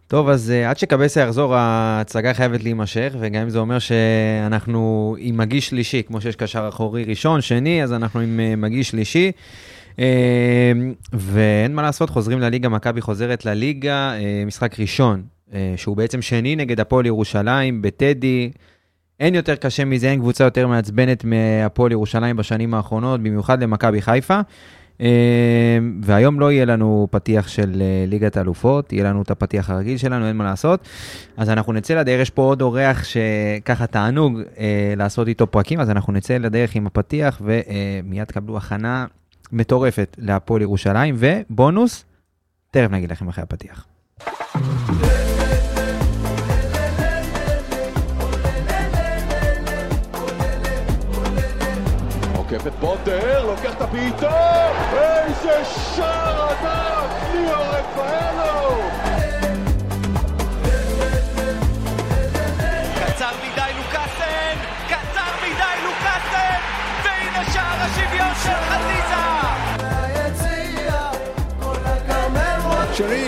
טוב, אז עד שקבסה יחזור, ההצגה חייבת להימשך, וגם אם זה אומר שאנחנו עם מגיש שלישי, כמו שיש קשר אחורי ראשון, שני, אז אנחנו עם מגיש שלישי, ואין מה לעשות, חוזרים לליגה, מכבי חוזרת לליגה, משחק ראשון, שהוא בעצם שני נגד הפועל ירושלים, בטדי, אין יותר קשה מזה, אין קבוצה יותר מעצבנת מהפועל ירושלים בשנים האחרונות, במיוחד למכבי חיפה, והיום לא יהיה לנו פתיח של ליגת האלופות, יהיה לנו את הפתיח הרגיל שלנו, אין מה לעשות, אז אנחנו נצא לדרך, יש פה עוד אורח שככה תענוג לעשות איתו פרקים, אז אנחנו נצא לדרך עם הפתיח, ומיד קבלו הכנה מטורפת להפועל ירושלים, ובונוס, תכף נגיד לכם אחרי הפתיח. עוקף את פוטר, לוקח את הבעיטה, איזה שער ענק, ליאור רפאלו! קצר מדי לוקאסן, והנה שער השוויון של חזיזה! שרי!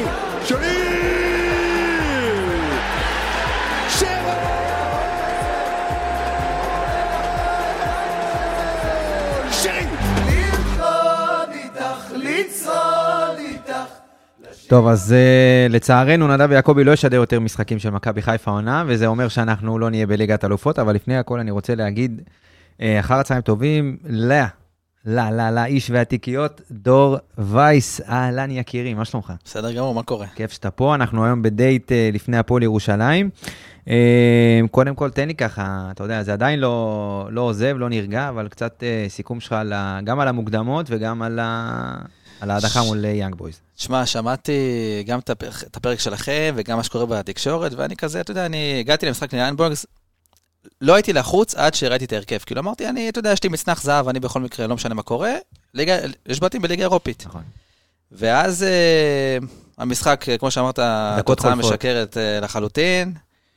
טוב, אז לצערנו נדב ויעקבי לא ישדר יותר משחקים של מכבי חיפה עונה, וזה אומר שאנחנו לא נהיה בליגת אלופות, אבל לפני הכל אני רוצה להגיד, אחר הצהריים טובים, איש והתיקיות, דור וייס, אהלן יקירי, מה שלומך? בסדר גמור, מה קורה? כיף שאתה פה, אנחנו היום בדייט לפני הפועל ירושלים, קודם כל תן לי ככה, אתה יודע, זה עדיין לא עוזב, לא נרגע, אבל קצת סיכום שלך גם על המוקדמות וגם על ההדחה מול יאנג בויז. תשמע, שמעתי גם את הפרק שלכם וגם מה שקורה בתקשורת, ואני כזה, אתה יודע, אני הגעתי למשחק ליאנג בויז, לא הייתי לחוץ עד שראיתי את ההרכב, כאילו אמרתי, אתה יודע, יש לי מצנח זהב, אני בכל מקרה לא משנה מה קורה, יש בתים בליגה אירופית. נכון. ואז המשחק, כמו שאמרת, התוצאה משקרת לחלוטין,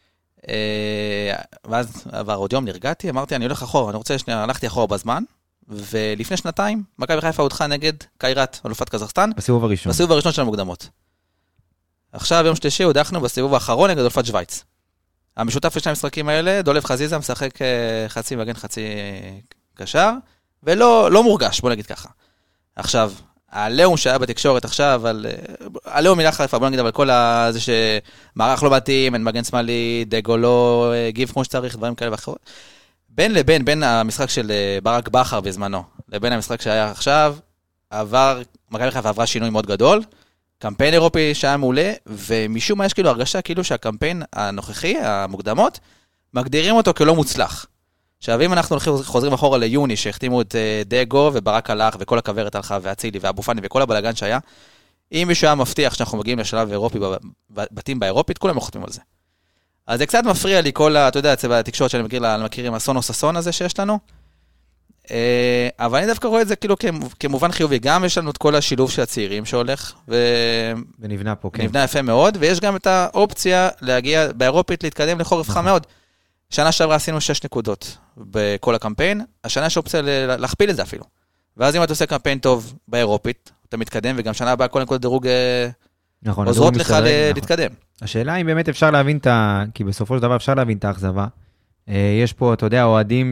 ואז עבר עוד יום, נרגעתי, אמרתי, אני הולך אחורה, אני רוצה שנייה, הלכתי אחורה בזמן, ולפני שנתיים, מכבי חיפה הודחה נגד קיירת, אלופת קזחסטן. בסיבוב הראשון. בסיבוב הראשון של המוקדמות. עכשיו, יום שלישי, הודחנו בסיבוב האחרון נגד אלופת שוויץ. המשותף לשני המשחקים האלה, דולב חזיזה משחק חצי מגן, חצי קשר, ולא מורגש, בוא נגיד ככה. עכשיו, הלאום שהיה בתקשורת עכשיו, הלאום מילה חריפה, בוא נגיד, אבל כל זה שמערך לא מתאים, אין מגן שמאלי, דגו לא גיב כמו שצריך, דברים כאלה ואחרות. בין המשחק של ברק בחר בזמנו, לבין המשחק שהיה עכשיו, מכבי חיפה עברה שינוי מאוד גדול, קמפיין אירופי שהיה מעולה, ומשום מה יש כאילו הרגשה כאילו שהקמפיין הנוכחי, המוקדמות, מגדירים אותו כלא מוצלח. עכשיו, אם אנחנו חוזרים אחורה ליוני, שהחתימו את דגו וברק הלך, וכל הכברת הלכה, והצילי והבופני, וכל הבלגן שהיה, אם מישהו היה מבטיח שאנחנו מגיעים לשלב אירופי, בתים באירופית, כולם מחתמים על זה. אז זה קצת מפריע לי כל, אתה יודע, בתקשורת שאני מכיר עם הסונוס הסון הזה שיש לנו, אבל אני דווקא רואה את זה כאילו כמובן חיובי, גם יש לנו את כל השילוב של הצעירים שהולך, ונבנה פה, כן. נבנה יפה מאוד, ויש גם את האופציה להגיע באירופית להתקדם לחורף חם מאוד. שנה שעברה עשינו 6 נקודות בכל הקמפיין, השנה יש אופציה להכפיל את זה אפילו. ואז אם אתה עושה קמפיין טוב באירופית, אתה מתקדם, וגם שנה הבאה כל נקודות דירוג עוזרות לך להתקדם. השאלה אם באמת אפשר להבין כי בסופו של דבר אפשר להבין את האכזבה. יש פה, אתה יודע, אוהדים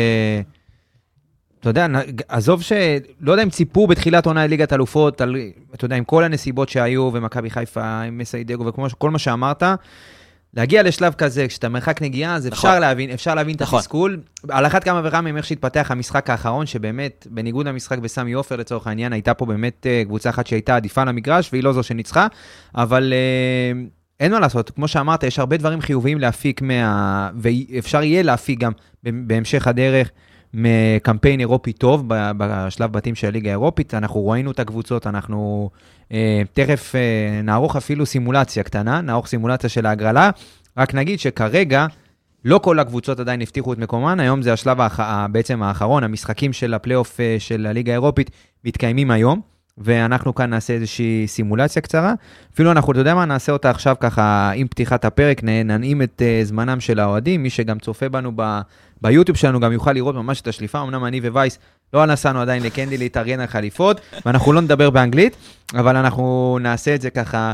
אתה יודע, עזוב לא יודע אם ציפו בתחילת עונה ליגת אלופות, אתה יודע, עם כל הנסיבות שהיו, ומכבי חיפה, עם מסיידגו, וכל מה שאמרת, להגיע לשלב כזה, כשאתה מרחק נגיעה, אז אפשר להבין את התסכול. על אחת כמה וכמה, איך שהתפתח המשחק האחרון, שבאמת, בניגוד למשחק בסמי עופר לצורך העניין, הייתה פה באמת קבוצה אחת שהייתה עדיפה למגרש, והיא לא זו שניצחה, אבל אין מה לעשות, כמו שאמרת, יש הרבה דברים חיוביים להפיק ואפשר יהיה להפיק גם בהמשך הדרך, מקמפיין אירופי טוב בשלב בתים של הליגה האירופית, אנחנו ראינו את הקבוצות, אנחנו תכף נערוך אפילו סימולציה קטנה, נערוך סימולציה של ההגרלה, רק נגיד שכרגע לא כל הקבוצות עדיין הבטיחו את מקומן, היום זה השלב בעצם האחרון, המשחקים של הפלייאוף של הליגה האירופית מתקיימים היום, ואנחנו כאן נעשה איזושהי סימולציה קצרה, אפילו אנחנו, אתה יודע מה, נעשה אותה עכשיו ככה עם פתיחת הפרק, ננעים את זמנם של האוהדים, מי שגם צופה בנו ביוטיוב שלנו גם יוכל לראות ממש את השליפה, אמנם אני ווייס לא נסענו עדיין לקנדי להתארגן על חליפות, ואנחנו לא נדבר באנגלית, אבל אנחנו נעשה את זה ככה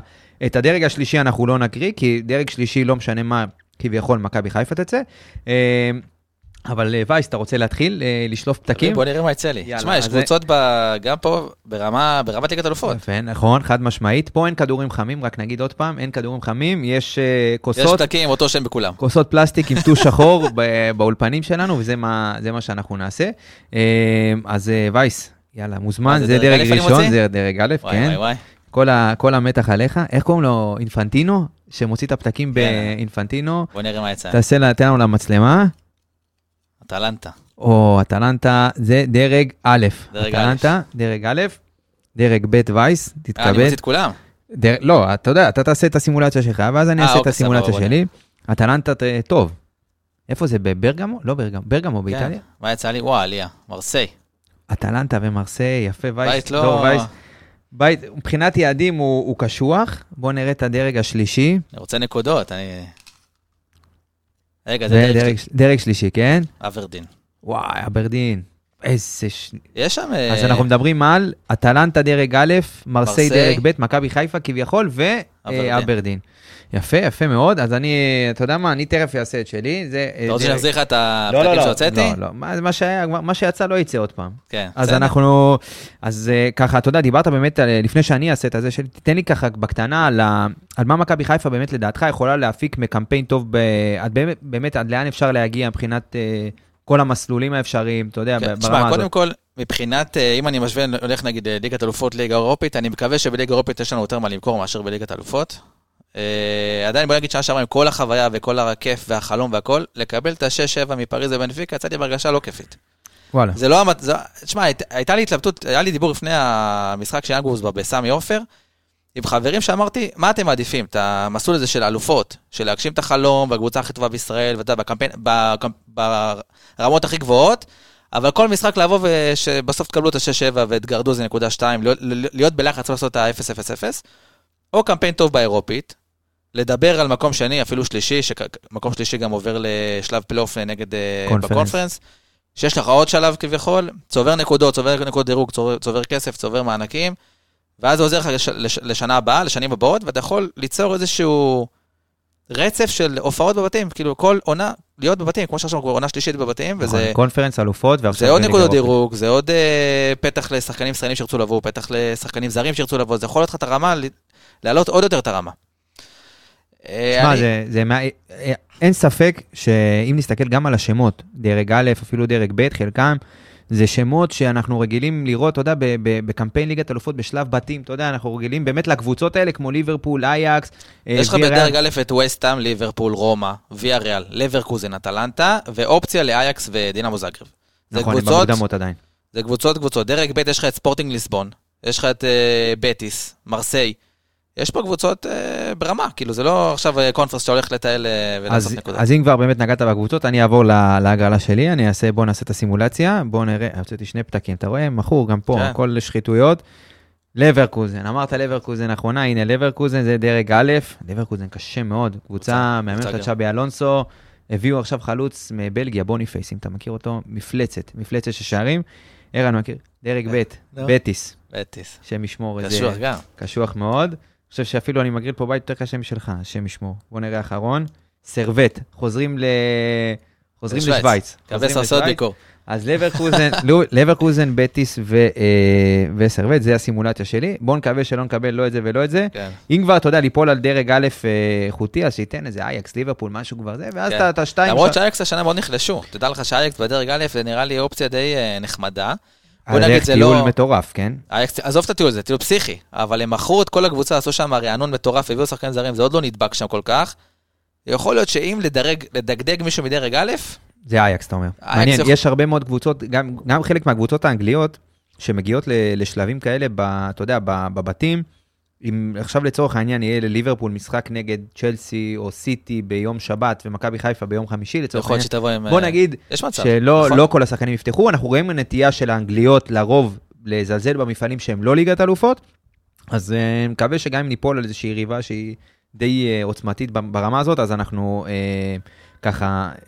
את הדרג השלישי אנחנו לא נקריא, כי דרג שלישי לא משנה מה, כביכול מכבי חיפה תצא. אבל וייס, אתה רוצה להתחיל לשלוף פתקים? בוא נראה מה יצא לי. תשמע, יש קבוצות גם פה ברמת ליגת אלופות. יפה, נכון, חד משמעית. פה אין כדורים חמים, רק נגיד עוד פעם, אין כדורים חמים, יש כוסות. יש פתקים, אותו שם בכולם. כוסות פלסטיק עם טוש שחור באולפנים שלנו, וזה מה שאנחנו נעשה. אז וייס, יאללה, מוזמן, זה דרג ראשון, זה דרג א', כן. כל המתח עליך. איך קוראים לו? אינפנטינו? שמוציא את הפתקים באינפנטינו. בוא נראה מה יצא. תן לנו למצלמה. אטלנטה. או אטלנטה, זה דרג א'. דרג אטלנטה, דרג א', דרג ב' וייס, תתקבל. אני מוציא את כולם. לא, אתה יודע, אתה תעשה את הסימולציה שלך, ואז אני אעשה את הסימולציה שלי. אטלנטה טוב. איפה זה? בברגמו? לא ברגמו. ברגמו באיטליה? מה יצא לי? וואו, עליה. מרסיי. אטלנטה ומרסיי, יפה וייס. בית לא... בית, מבחינת יעדים הוא קשוח. בואו נראה את הדרג השלישי. אני רוצה נקודות, רגע, זה דרג שלישי, כן? אברדין. וואי, אברדין. איזה... יש שם... אז אנחנו מדברים על אטלנטה דרג א', מרסיי דרג ב', מכבי חיפה כביכול, ואברדין. יפה, יפה מאוד. אז אתה יודע מה, אני תכף אעשה את שלי. אתה רוצה להחזיר לך את הפתקים שהוצאתי? לא, מה שיצא לא יצא עוד פעם. כן, אז ככה, אתה יודע, דיברת באמת, לפני שאני אעשה את זה, תתן לי ככה בקטנה על מה מכבי חיפה באמת לדעתך יכולה להפיק מקמפיין טוב, באמת עד לאן אפשר להגיע מבחינת כל המסלולים האפשריים, אתה יודע, ברמה הזאת. תשמע, קודם כל, מבחינת, אם אני משווה, הולך נגיד ליגת אלופות, ליגה אירופית, אני מקווה שבליגה אירופית יש לנו יותר מה למכור מאשר בליגת אלופות. עדיין בוא נגיד שעה שעברה עם כל החוויה וכל הכיף והחלום והכל, לקבל את ה-6-7 מפריז ובנפיקה, יצאתי בהרגשה לא כיפית. וואלה. זה לא, תשמע, הייתה לי התלבטות, היה לי דיבור לפני המשחק של יאנגבורס בסמי עופר, עם חברים שאמרתי, מה אתם מעדיפים? את המסלול הזה של האלופות, של להגשים את החלום, והקבוצה הכי טובה בישראל, ברמות הכי גבוהות, אבל כל משחק לבוא ושבסוף תקבלו את ה-6-7 ותגרדו זה נקודה 2, להיות בלחץ לעשות את ה-0-0-0, או קמפיין טוב באירופית, לדבר על מקום שני, אפילו שלישי, שמקום שלישי גם עובר לשלב פלייאוף נגד בקונפרנס, שיש לך עוד שלב כביכול, צובר נקודות, צובר נקודות דירוג, צובר כסף, צובר מענקים, ואז זה עוזר לך לשנה הבאה, לשנים הבאות, ואתה יכול ליצור איזשהו רצף של הופעות בבתים, כאילו כל עונה להיות בבתים, כמו שעכשיו עונה שלישית בבתים, וזה... קונפרנס, אלופות, זה עוד נקודות דירוג, זה עוד פתח לשחקנים ישראלים שירצו לבוא, פתח לשחקנים זרים שירצו לבוא, זה יכול להיות לך את הרמה, להעלות עוד יותר את הרמה. תשמע, אין ספק שאם נסתכל גם על השמות, דרג א', אפילו דרג ב', חלקם, זה שמות שאנחנו רגילים לראות, אתה יודע, בקמפיין ליגת אלופות בשלב בתים, אתה יודע, אנחנו רגילים באמת לקבוצות האלה, כמו ליברפול, אייקס, יש לך בדרג א' את ווסטהאם, ליברפול, רומא, ויה ריאל, לברקוזן, אטלנטה, ואופציה לאייקס ודינמו זאגרב. נכון, הם במוקדמות עדיין. זה קבוצות. דרג ב' יש לך את ספורטינג ליסבון, יש לך את בטיס, מרסיי, יש פה קבוצות ברמה, כאילו זה לא עכשיו קונפרנס שהולך לטייל ולעשות נקודות. אז אם כבר באמת נגעת בקבוצות, אני אעבור להגרלה שלי, בוא נעשה את הסימולציה, בוא נראה, הוצאתי שני פתקים, אתה רואה, מכור גם פה, הכל שחיתויות. לברקוזן, אמרת לברקוזן האחרונה, הנה לברקוזן זה דרג א', לברקוזן קשה מאוד, קבוצה מאמנת צ'אבי אלונסו, הביאו עכשיו חלוץ מבלגיה, בוניפייס, אם אתה מכיר אותו, מפלצת ששערים, ערן מכיר, דרג ב', בטיס, שם ישמור, קשוח מאוד. אני חושב שאפילו אני מגריל פה בית יותר קשה משלך, השם ישמור. בוא נראה האחרון. סרבט, חוזרים לשוויץ. קבס עושות ביקור. אז לברקוזן, בטיס וסרבט, זה הסימולציה שלי. בוא נקווה שלא נקבל לא את זה ולא את זה. אם כבר, אתה יודע, ליפול על דרג א' איכותי, אז שייתן איזה אייקס, ליברפול, משהו כבר זה, ואז אתה שתיים... למרות שאייקס השנה מאוד נחלשו. תדע לך שאייקס בדרג א' זה נראה לי אופציה די נחמדה. הדרך טיול מטורף, כן? עזוב את הטיול, זה טיול פסיכי, אבל הם מכרו את כל הקבוצה, עשו שם רענון מטורף, הביאו שחקנים זרים, זה עוד לא נדבק שם כל כך. יכול להיות שאם לדגדג מישהו מדרג א', זה אייקס, אתה אומר. מעניין, יש הרבה מאוד קבוצות, גם חלק מהקבוצות האנגליות, שמגיעות לשלבים כאלה, אתה יודע, בבתים, אם עכשיו לצורך העניין יהיה לליברפול משחק נגד צ'לסי או סיטי ביום שבת ומכבי חיפה ביום חמישי, לצורך העניין, בוא נגיד שלא כל השחקנים יפתחו, אנחנו רואים הנטייה של האנגליות לרוב לזלזל במפעלים שהם לא ליגת אלופות, אז מקווה שגם אם ניפול על איזושהי יריבה שהיא די עוצמתית ברמה הזאת, אז אנחנו ככה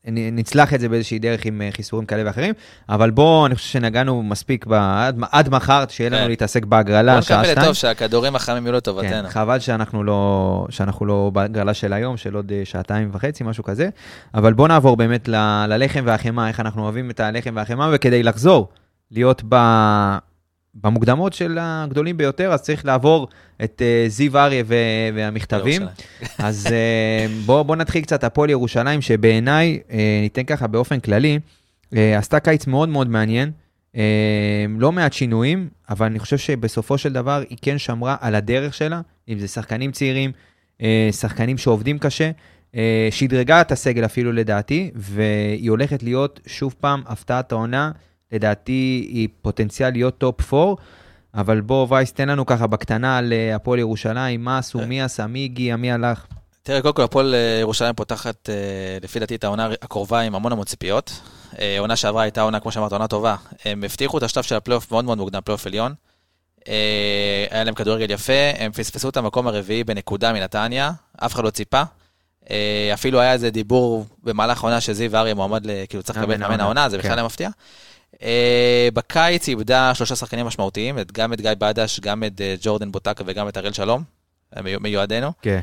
נצלח את זה באיזושהי דרך עם חיסורים כאלה ואחרים, אבל בוא, אני חושב שנגענו מספיק עד מחר, שיהיה לנו להתעסק בהגרלה, שעה 2. בוא נקבל טוב שהכדורים החמים יהיו לטובתנו. חבל שאנחנו לא בהגרלה של היום, של עוד 2.5 שעות, משהו כזה, אבל בוא נעבור באמת ללחם והחמה, איך אנחנו אוהבים את הלחם והחמה, וכדי לחזור, להיות במוקדמות של הגדולים ביותר, אז צריך לעבור את זיו אריה והמכתבים. אז בוא נתחיל קצת הפועל ירושלים, שבעיניי, ניתן ככה באופן כללי, עשתה קיץ מאוד מאוד מעניין, לא מעט שינויים, אבל אני חושב שבסופו של דבר היא כן שמרה על הדרך שלה, אם זה שחקנים צעירים, שחקנים שעובדים קשה, שדרגה את הסגל אפילו לדעתי, והיא הולכת להיות שוב פעם הפתעת העונה, לדעתי היא פוטנציאל להיות טופ 4, אבל בוא וייס, תן לנו ככה בקטנה על הפועל ירושלים, מה עשו, מי עשה, מי הגיע, מי הלך. תראה, קודם כל הפועל ירושלים פותחת לפי דעתי את העונה הקרובה עם המון ציפיות. עונה שעברה הייתה עונה, כמו שאמרת, עונה טובה. הם הבטיחו את השלב של הפלייאוף מאוד מאוד מוקדם, פלייאוף עליון. היה להם כדורגל יפה, הם פספסו את המקום הרביעי בנקודה מנתניה, אף אחד לא ציפה. אפילו היה איזה דיבור במהלך העונה שזיו אריה מועמד, כאילו צריך לקבל מאמן העונה, זה בכלל מפתיע. בקיץ היא איבדה 3 שחקנים משמעותיים, גם את גיא בדש, גם את ג'ורדן בוטקה וגם את אריאל שלום, מיועדנו. כן.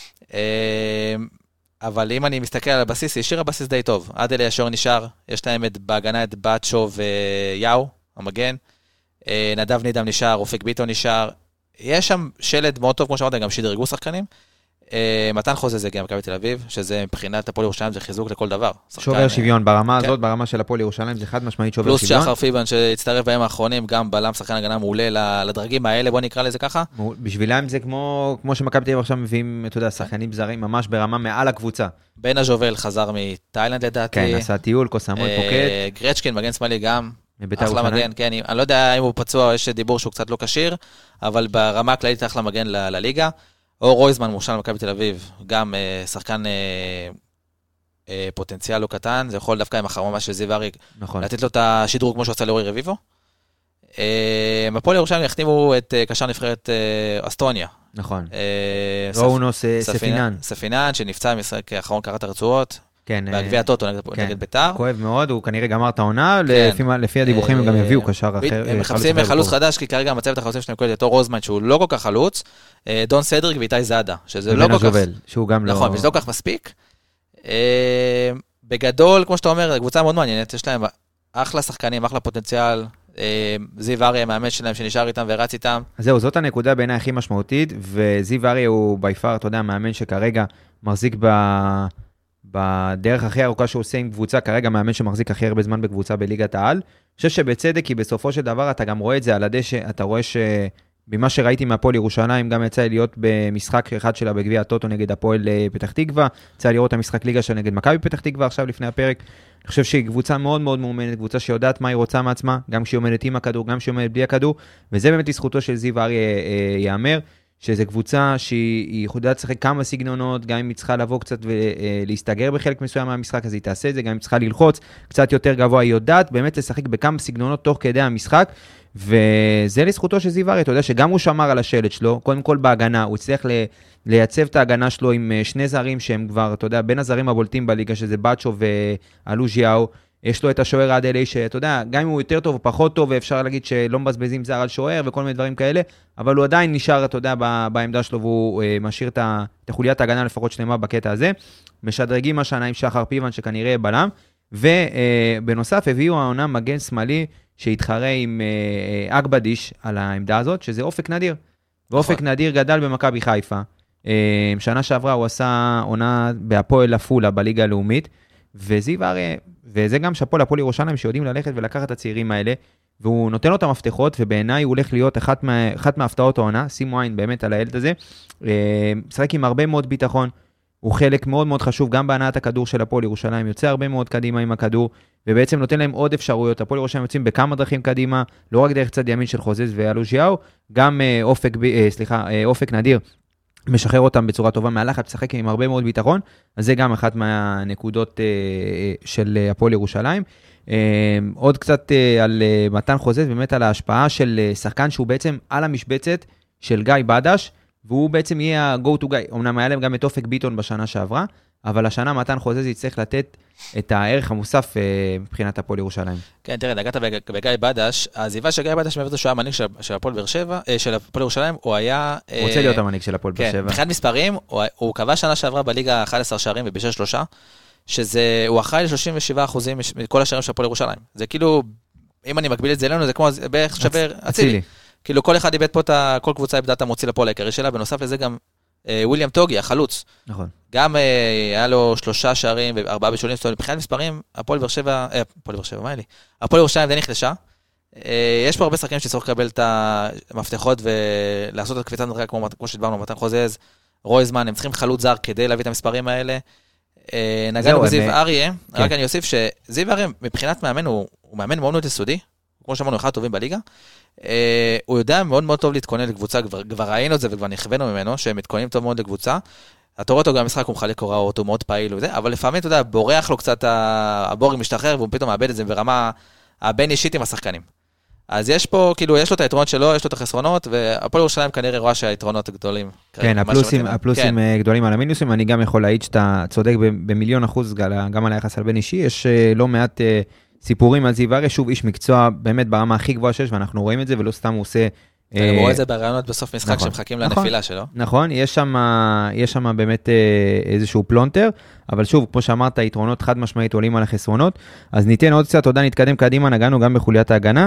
אבל אם אני מסתכל על הבסיס, ישיר הבסיס די טוב. עד אלי השור נשאר, יש להם בהגנה את בטשו ויאו, המגן. נדב נידם נשאר, אופק ביטון נשאר. יש שם שלד מאוד טוב, כמו שאמרת, גם שדרגו שחקנים. מתן חוזה זה גם מכבי תל אביב, שזה מבחינת הפועל ירושלים זה חיזוק לכל דבר. שובר שוויון ברמה הזאת, ברמה של הפועל ירושלים זה חד משמעית שובר שוויון. פלוס שחר פיבן שהצטרף בימים האחרונים, גם בלם שחקן הגנה מעולה לדרגים האלה, בוא נקרא לזה ככה. בשבילם זה כמו שמכבי תל אביב עכשיו מביאים, אתה יודע, שחקנים זרים ממש ברמה מעל הקבוצה. בן הז'ובל חזר מתאילנד לדעתי. כן, עשה טיול, קוסמוי פוקט. גרצ'קין, מגן שמאלי גם. אחלה מגן, כן. אני לא יודע אם הוא פצוע או יש דיבור שהוא קצת לא קשיר, אבל ברמה הכללית אחלה מגן לליגה. או רויזמן מושל מכבי תל אביב, גם שחקן פוטנציאל לא קטן, זה יכול דווקא עם החרמה של זיו אריה, לתת לו את השדרוג כמו שעשה לאורי רביבו. הפועל ירושלים יחתימו את קשר נבחרת אסטוניה. נכון. ראונוס ספינן. ספינן, שנפצע במשחק האחרון קראת הרצועות, כן. בהגביע הטוטו נגד ביתר. כואב מאוד, הוא כנראה גמר את העונה, לפי הדיווחים הם גם יביאו קשר אחר. הם מחפשים חלוץ חדש, כי כרגע המצבת החלוצים שלהם כוללת אותו רוזמן, שהוא לא כל כך חלוץ, דון סדריק ואיתי זאדה, שזה לא כל כך... שהוא גם לא... נכון, וזה לא כל כך מספיק. בגדול, כמו שאתה אומר, קבוצה מאוד מעניינת, יש להם אחלה שחקנים, אחלה פוטנציאל, זיו אריה, המאמן שלהם שנשאר איתם ורץ איתם. אז זהו, זאת הנקודה בעיניי הכי משמעותית, וזיו אריה הוא ביפר, אתה יודע, מאמן שכרגע מחזיק בדרך הכי ארוכה שהוא עושה עם קבוצה, כרגע מאמן שמחזיק הכי הרבה זמן בקבוצה בליגת העל. אני חושב שבצדק, כי בסופו של דבר אתה גם רואה את זה על הדשא, אתה רואה שבמה שראיתי מהפועל ירושלים, גם יצא להיות במשחק אחד שלה בגביע הטוטו נגד הפועל פתח תקווה, יצא לראות המשחק ליגה שלה נגד מכבי פתח תקווה עכשיו לפני הפרק. אני חושב שהיא קבוצה מאוד מאוד מאומנת, קבוצה שיודעת מה היא רוצה מעצמה, גם כשהיא עומדת עם הכדור, גם כשהיא עומדת בלי הכדור, וזה באמת לזכותו של זיו אריה יאמר, שזו קבוצה שהיא יודעת לשחק כמה סגנונות, גם אם היא צריכה לבוא קצת ולהסתגר בחלק מסוים מהמשחק, אז היא תעשה את זה, גם אם היא צריכה ללחוץ קצת יותר גבוה, היא יודעת באמת לשחק בכמה סגנונות תוך כדי המשחק, וזה לזכותו של זיו אריה, אתה יודע שגם הוא שמר על השלט שלו, קודם כל בהגנה, הוא הצליח לייצב את ההגנה שלו עם 2 זרים שהם כבר, אתה יודע, בין הזרים הבולטים בליגה, שזה בטשו ואלוז'יהו, יש לו את השוער עד אלי, שאתה יודע, גם אם הוא יותר טוב או פחות טוב, ואפשר להגיד שלא מבזבזים זר על שוער וכל מיני דברים כאלה, אבל הוא עדיין נשאר, אתה יודע, בעמדה שלו, והוא משאיר את חוליית ההגנה לפחות שלמה בקטע הזה. משדרגים השנה עם שחר פיבן, שכנראה בלם, ובנוסף הביאו העונה מגן שמאלי, שהתחרה עם אגבדיש על העמדה הזאת, שזה אופק נדיר. ואופק נדיר גדל במכבי חיפה. שנה שעברה הוא עשה עונה בהפועל עפולה בליגה הלאומית, וזיו אריה, וזה גם שפו לפועל ירושלים שיודעים ללכת ולקחת את הצעירים האלה, והוא נותן לו את המפתחות, ובעיניי הוא הולך להיות אחת מההפתעות העונה, שימו עין באמת על הילד הזה, משחק עם הרבה מאוד ביטחון, הוא חלק מאוד מאוד חשוב, גם בהנעת הכדור של הפועל ירושלים, יוצא הרבה מאוד קדימה עם הכדור, ובעצם נותן להם עוד אפשרויות, הפועל ירושלים יוצאים בכמה דרכים קדימה, לא רק דרך צד ימין של חוזז ואלוז'יהו, גם אופק נדיר, משחרר אותם בצורה טובה מהלחץ, משחק עם הרבה מאוד ביטחון, אז זה גם אחת מהנקודות של הפועל ירושלים. עוד קצת על מתן חוזז, באמת על ההשפעה של שחקן שהוא בעצם על המשבצת של גיא בדש, והוא בעצם יהיה ה-go to guy, אמנם היה להם גם את אופק ביטון בשנה שעברה, אבל השנה מתן חוזז יצטרך לתת את הערך המוסף מבחינת הפועל ירושלים. כן, תראה, נגעת בגיא בדש, העזיבה של גיא בדש מעבר שהוא היה מנהיג של הפועל באר שבע, של הפועל ירושלים, הוא היה... רוצה להיות המנהיג של הפועל באר שבע. כן, מבחינת מספרים, הוא קבע שנה שעברה בליגה 11 שערים ובישל 3, שזה, הוא אחראי ל-37% מכל השערים של הפועל ירושלים. זה כאילו, אם אני מקביל את זה אלינו, זה כמו בערך שווה אצילי. כאילו כל אחד איבד פה כל קבוצה איבדה את המוציא לפועל העיקרי שלה, בנוסף לזה גם וויליאם טוגי, החלוץ. נכון. גם היה לו 3 שערים ו4 בישולים, זאת אומרת, מבחינת מספרים, הפועל באר שבע, מה לי? הפועל ירושלים די נחלשה. יש פה הרבה שחקנים שצריך לקבל את המפתחות ולעשות את קפיצת מדרגה, כמו שדיברנו, מתן חוזז, רויזמן, הם צריכים חלוץ זר כדי להביא את המספרים האלה. נגענו בזיו אריה, רק אני אוסיף שזיו אריה, מבחינת מאמן, הוא מאמן מאוד מאוד יסודי, כמו שאמרנו, אחד הטובים בליגה. הוא יודע מאוד מאוד טוב להתכונן לקבוצה, כבר ראינו את זה וכבר נכוונו ממנו, שהם מתכוננים טוב מאוד לקבוצה. אתה רואה אותו גם במשחק, הוא מחלק הוראות, הוא מאוד פעיל וזה, אבל לפעמים, אתה יודע, בורח לו קצת, הבורג משתחרר, והוא פתאום מאבד את זה ברמה הבין אישית עם השחקנים. אז יש פה, כאילו, יש לו את היתרונות שלו, יש לו את החסרונות, והפועל ירושלים כנראה רואה שהיתרונות גדולים. כן, הפלוסים גדולים על המינוסים, אני גם יכול להעיד שאתה צודק ב1,000,000% גם על היחס על בין אישי, יש לא מעט סיפורים על זיו אריה, שוב איש מקצוע באמת ברמה הכי גבוהה שיש, ואנחנו רואים את זה, ולא סתם הוא עושה... אתה רואה את זה ברעיונות בסוף משחק שמחכים לנפילה שלו. נכון, יש שם באמת איזשהו פלונטר, אבל שוב, כמו שאמרת, היתרונות חד משמעית עולים על החסרונות, אז ניתן עוד קצת, תודה, נתקדם קדימה, נגענו גם בחוליית ההגנה,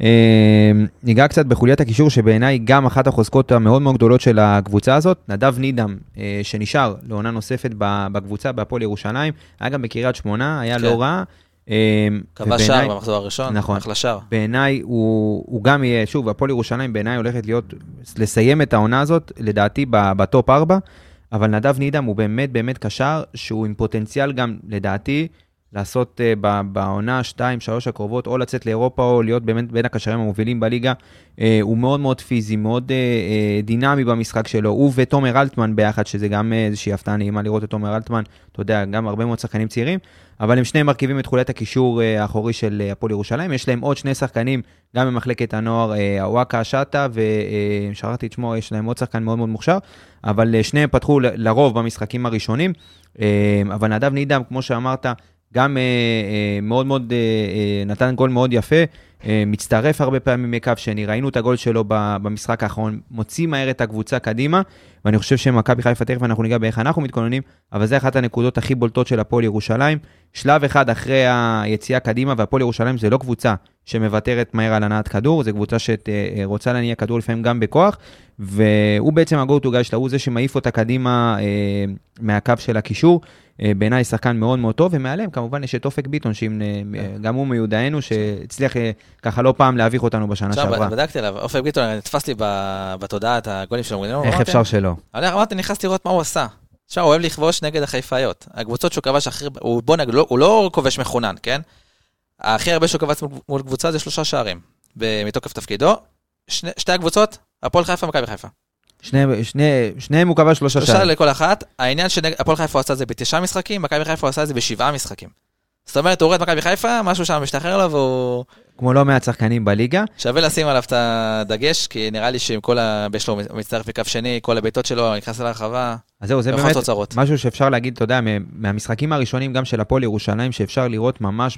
ניגע קצת בחוליית הקישור, שבעיניי גם אחת החוזקות המאוד מאוד גדולות של הקבוצה הזאת, נדב נידם, שנשאר לעונה נוספת בקבוצה, בהפועל ירושלים, היה גם בקריית שמונה, היה לא רע, קבע שער במחזור הראשון, נכון, אחלה שער. בעיניי הוא גם יהיה, שוב, הפועל ירושלים בעיניי הולכת לסיים את העונה הזאת, לדעתי בטופ 4, אבל נדב נידם הוא באמת באמת קשר, שהוא עם פוטנציאל גם לדעתי, לעשות בעונה 2-3 הקרובות, או לצאת לאירופה, או להיות באמת בין הקשרים המובילים בליגה, הוא מאוד מאוד פיזי, מאוד דינמי במשחק שלו, הוא ותומר אלטמן ביחד, שזה גם איזושהי הפתעה נעימה לראות את תומר אלטמן, אתה יודע, גם הרבה מאוד שחקנים צעירים, אבל הם שני מרכיבים את חוליית הקישור האחורי של הפועל ירושלים, יש להם עוד שני שחקנים, גם במחלקת הנוער, הוואקה שטה, ושרתי את שמו, יש להם עוד שחקן מאוד מאוד מוכשר, אבל שניהם פתחו לרוב במשחקים הראשונים, אבל נדב נידם, כמו שאמרת, גם מאוד מאוד נתן גול מאוד יפה, מצטרף הרבה פעמים מקו שני, ראינו את הגול שלו במשחק האחרון, מוציא מהר את הקבוצה קדימה, ואני חושב שמכבי חיפה תכף אנחנו ניגע באיך אנחנו מתכוננים, אבל זה אחת הנקודות הכי בולטות של הפועל ירושלים, שלב אחד אחרי היציאה קדימה, והפועל ירושלים זה לא קבוצה שמוותרת מהר על הנעת כדור, זה קבוצה שרוצה להניע כדור לפעמים גם בכוח, והוא בעצם הגו-טו גאי שלה, הוא זה שמעיף אותה קדימה מהקו של הקישור, בעיניי שחקן מאוד מאוד טוב, ומעליהם כמובן יש את אופק ביטון, שגם הוא מיודענו, שהצליח ככה לא פעם להביך אותנו בשנה שעברה. עכשיו, בדקתי עליו, אופק ביטון, נתפס לי בתודעה את הגולים שלו. איך אפשר שלא? אמרתי, נכנסתי לראות מה הוא עשה. עכשיו, הוא אוהב לכבוש נגד החיפאיות. הקבוצות שהוא כבש אחרי, הוא לא כובש מחונן, כן? הכי הרבה שהוא כבש מול קבוצה זה 3 שערים, מתוקף תפקידו. שתי הקבוצות, הפועל חיפה ומכבי חיפה. שניהם הוא כבש 3 שערים. 3 לכל אחת. העניין שהפועל חיפה עשה זה ב9 משחקים, מכבי חיפה עשה זה ב7 משחקים. זאת אומרת, הוא רואה את מכבי חיפה, משהו שם משתחרר לו, והוא... כמו לא מעט שחקנים בליגה. שווה לשים עליו את הדגש, כי נראה לי שעם כל הבש לו, הוא מצטרף בקו שני, כל הביתות שלו, נכנס להרחבה. אז זהו, זה באמת משהו שאפשר להגיד, אתה יודע, מהמשחקים הראשונים גם של הפועל ירושלים, שאפשר לראות ממש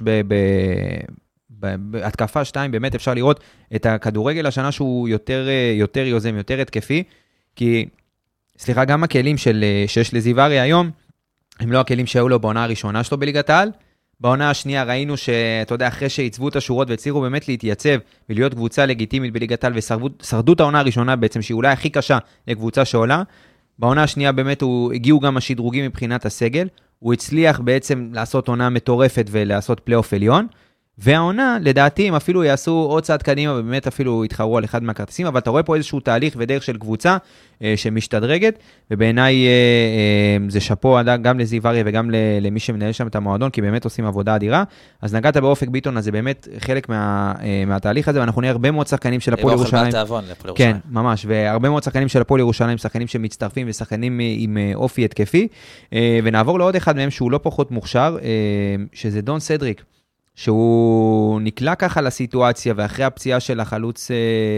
בהתקפה 2, באמת אפשר לראות את הכדורגל השנה שהוא יותר יוזם, יותר התקפי, כי, סליחה, גם הכלים שיש לזיו אריה היום, הם לא הכלים שהיו לו בעונה הראשונה שלו בליגת העל, בעונה השנייה ראינו שאתה יודע, אחרי שהצבו את השורות והצליחו באמת להתייצב ולהיות קבוצה לגיטימית בליגת העל, ושרדו את העונה הראשונה בעצם, שהיא אולי הכי קשה לקבוצה שעולה, בעונה השנייה באמת הגיעו גם השדרוגים מבחינת הסגל, הוא הצליח בעצם לעשות עונה מטורפת ולעשות פלייאוף עליון, והעונה, לדעתי, הם אפילו יעשו עוד צעד קדימה, ובאמת אפילו יתחרו על אחד מהכרטיסים, אבל אתה רואה פה איזשהו תהליך ודרך של קבוצה שמשתדרגת, ובעיניי זה שפו גם לזיו אריה וגם למי שמנהל שם את המועדון, כי באמת עושים עבודה אדירה. אז נגעת באופק ביטון, אז זה באמת חלק מהתהליך הזה, ואנחנו נראה הרבה מאוד שחקנים של הפועל ירושלים. כן, ממש, והרבה מאוד שחקנים של הפועל ירושלים, שחקנים שמצטרפים ושחקנים עם אופי התקפי, ונעבור לעוד אחד מהם שהוא לא פחות מוכשר, שזה דון סדריק. שהוא נקלע ככה לסיטואציה, ואחרי הפציעה של החלוץ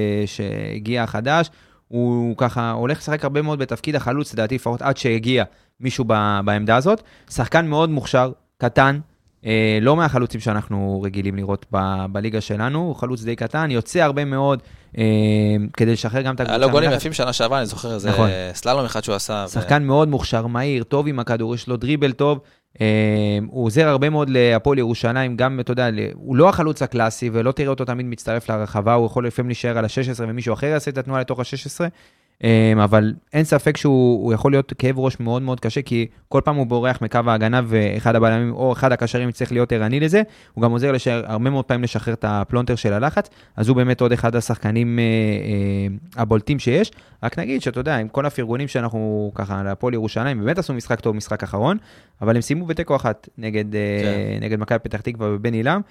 שהגיע החדש, הוא ככה הולך לשחק הרבה מאוד בתפקיד החלוץ, לדעתי לפחות עד שהגיע, מישהו בעמדה הזאת. שחקן מאוד מוכשר, קטן, לא מהחלוצים שאנחנו רגילים לראות בליגה שלנו, הוא חלוץ די קטן, יוצא הרבה מאוד כדי לשחרר גם את הקבוצה. לא גולים יפים שנה שעברה, אני זוכר, זה סללום אחד שהוא עשה. שחקן מאוד מוכשר, מהיר, טוב עם הכדור, יש לו דריבל טוב, הוא עוזר הרבה מאוד להפועל ירושלים, גם, אתה יודע, הוא לא החלוץ הקלאסי, ולא תראה אותו תמיד מצטרף לרחבה, הוא יכול לפעמים להישאר על ה-16, ומישהו אחר יעשה את התנועה לתוך ה-16, אבל אין ספק שהוא יכול להיות כאב ראש מאוד מאוד קשה, כי כל פעם הוא בורח מקו ההגנה, ואחד הבלמים או אחד הקשרים צריך להיות ערני לזה, הוא גם עוזר הרבה מאוד פעמים לשחרר את הפלונטר של הלחץ, אז הוא באמת עוד אחד השחקנים הבולטים שיש. רק נגיד שאתה יודע, עם כל הפרגונים שאנחנו ככה להפועל ירושלים, באמת עשו משחק טוב, משחק אחרון, אבל הם סיימו בתיקו אחת נגד מכבי פתח תקווה ובן אילם,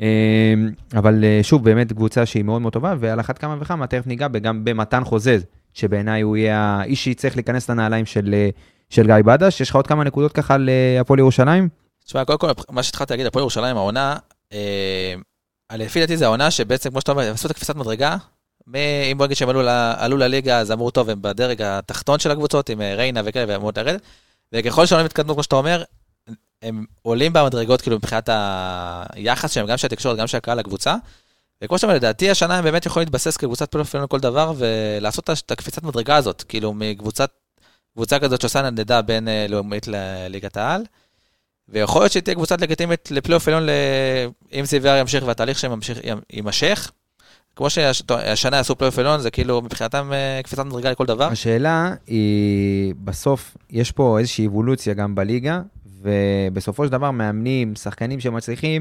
אבל שוב, באמת קבוצה שהיא מאוד מאוד טובה, ועל אחת כמה וכמה, תכף ניגע גם במתן חוזז, שבעיניי הוא יהיה האיש שיצטרך להיכנס לנעליים של גיא בדש. יש לך עוד כמה נקודות ככה להפועל ירושלים? תשמע, קודם כל, מה שהתחלתי להגיד, הפועל ירושלים, העונה, לפי דעתי זה העונה שבעצם, כמו שאתה אומר, הם עשו את הקפיצת מדרגה, אם בוא נגיד שהם עלו לליגה, אז אמרו טוב, הם בדרג התחתון של הקבוצות, עם ריינה וכאלה, והם מאוד לרדת, וככל שעולים מתקדמות, כמו שאתה אומר, הם עולים במדרגות, כאילו, מבחינת היחס שלהם, גם של התקשורת, גם של הקהל לקבוצה, וכמו שאתה אומר, לדעתי, השנה הם באמת יכולים להתבסס כקבוצת פלייאוף עליון לכל דבר, ולעשות את הקפיצת מדרגה הזאת, כאילו, מקבוצה כזאת שעושה נדדה בין לאומית לליגת העל, ויכול להיות שתהיה קבוצת לגיטימית לפלייאוף עליון, אם זיו אריה ימשיך והתהליך שהם יימשך, כמו שהשנה עשו פלייאוף עליון, זה כאילו מבחינתם קפיצת מדרגה לכל דבר. השאלה היא, בסוף, יש פה איזושהי אבולוציה גם בליגה, ובסופו של דבר מאמנים, שחקנים שמצליחים,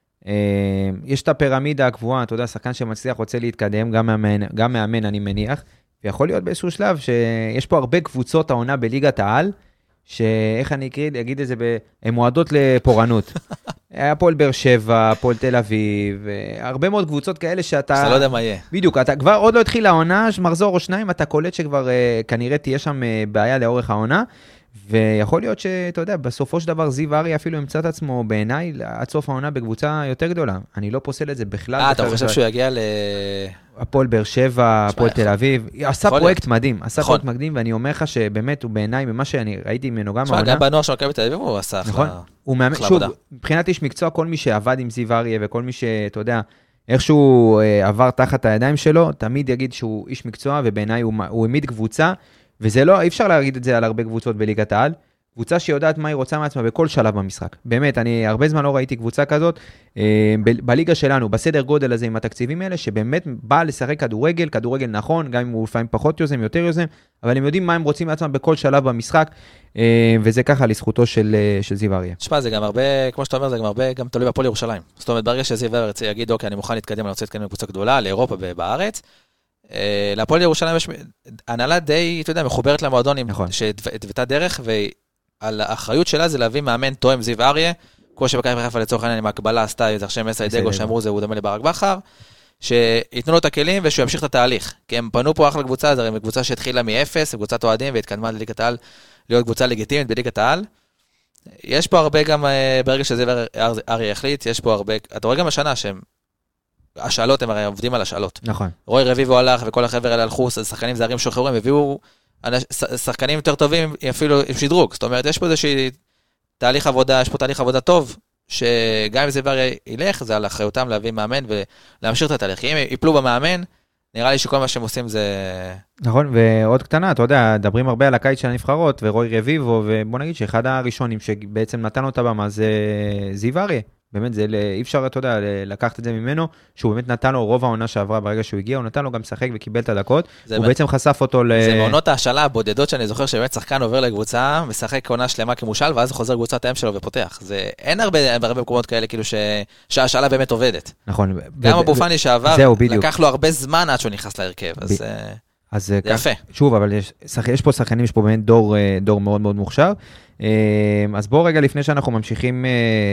יש את הפירמידה הקבועה, אתה יודע, שחקן שמצליח רוצה להתקדם, גם מאמן אני מניח, ויכול להיות באיזשהו שלב שיש פה הרבה קבוצות העונה בליגת העל, שאיך אני אגיד את זה, הן מועדות לפורענות. הפועל באר שבע, הפועל תל אביב, הרבה מאוד קבוצות כאלה שאתה... אתה לא יודע מה יהיה. בדיוק, אתה כבר עוד לא התחיל העונה, מחזור או שניים, אתה קולט שכבר כנראה תהיה שם בעיה לאורך העונה, ויכול להיות שאתה יודע, בסופו של דבר זיו אריה אפילו ימצא את עצמו בעיניי, עד סוף העונה בקבוצה יותר גדולה. אני לא פוסל את זה בכלל. אתה חושב שהוא יגיע הפועל באר שבע, הפועל תל אביב, עשה פרויקט מדהים, פרויקט מדהים, ואני אומר לך שבאמת הוא בעיניי, ממה שאני ראיתי ממנו גם העונה. גם בנוער של מכבי תל אביב הוא עשה אחלה עבודה. שוב, מבחינת איש מקצוע, כל מי שעבד עם זיו אריה, וכל מי שאתה יודע, איכשהו עבר תחת הידיים שלו, תמיד יגיד שהוא איש מקצוע, ובעיניי הוא העמיד קבוצה, וזה לא, אי אפשר להגיד את זה על הרבה קבוצות בליגת העל, קבוצה שיודעת מה היא רוצה מעצמה בכל שלב במשחק. באמת, אני הרבה זמן לא ראיתי קבוצה כזאת, בליגה שלנו, בסדר גודל הזה עם התקציבים האלה, שבאמת באה לשחק כדורגל נכון, גם אם הוא לפעמים פחות יוזם, יותר יוזם, אבל הם יודעים מה הם רוצים מעצמם בכל שלב במשחק, וזה ככה לזכותו של זיו אריה. תשמע, זה גם הרבה, כמו שאתה אומר, זה גם הרבה, גם תלוי בהפועל ירושלים. זאת אומרת, ברגע שזיו אריה יגיד, אוקיי, אני מוכן להתקדם, אני רוצה להתקדם בקבוצה גדולה, לאירופה ובארץ. להפועל ירושלים יש הנהלה די, אתה יודע, מחוברת למועדונים, שהתוותה דרך, ועל האחריות שלה זה להביא מאמן תואם זיו אריה, כמו שבקיים חיפה לצורך העניין עם הקבלה עשתה איזה שם מסיידגו, שאמרו זה הוא דומה לברק בכר, שיתנו לו את הכלים ושהוא ימשיך את התהליך, כי הם פנו פה אחלה קבוצה, זה קבוצה שהתחילה מ-0, קבוצת אוהדים, והתקדמה לליגת העל, להיות קבוצה לגיטימית בליגת העל. יש פה הרבה גם, ברגע שזיו אריה החליט, יש פה הרבה, אתה רואה גם השנה שהם השאלות, הם הרי עובדים על השאלות. נכון. רוי רביבו הלך וכל החבר האלה הלכו, שחקנים זרים שוחררים, הביאו שחקנים יותר טובים, אפילו עם שדרוג. זאת אומרת, יש פה איזושהי תהליך עבודה, יש פה תהליך עבודה טוב, שגם אם זה כבר ילך, זה על אחריותם להביא מאמן ולהמשיך את התהליך. אם ייפלו במאמן, נראה לי שכל מה שהם עושים זה... נכון, ועוד קטנה, אתה יודע, דברים הרבה על הקיץ של הנבחרות, ורוי רביבו, ובוא נגיד שאחד הראשונים שבעצם נתן אותה במה זה זיו אריה. באמת, אי אפשר, אתה יודע, לקחת את זה ממנו, שהוא באמת נתן לו רוב העונה שעברה ברגע שהוא הגיע, הוא נתן לו גם לשחק וקיבל את הדקות, הוא בעצם חשף אותו זה מעונות ההשאלה הבודדות שאני זוכר שבאמת שחקן עובר לקבוצה, משחק עונה שלמה כמושל, ואז הוא חוזר קבוצת האם שלו ופותח. אין הרבה מקומות כאלה, כאילו שההשאלה באמת עובדת. נכון. גם אבו פאני שעבר, לקח לו הרבה זמן עד שהוא נכנס להרכב, אז זה יפה. שוב, אבל יש פה שחקנים, יש פה באמת דור מאוד מאוד מוכשר. אז בואו רגע לפני שאנחנו ממשיכים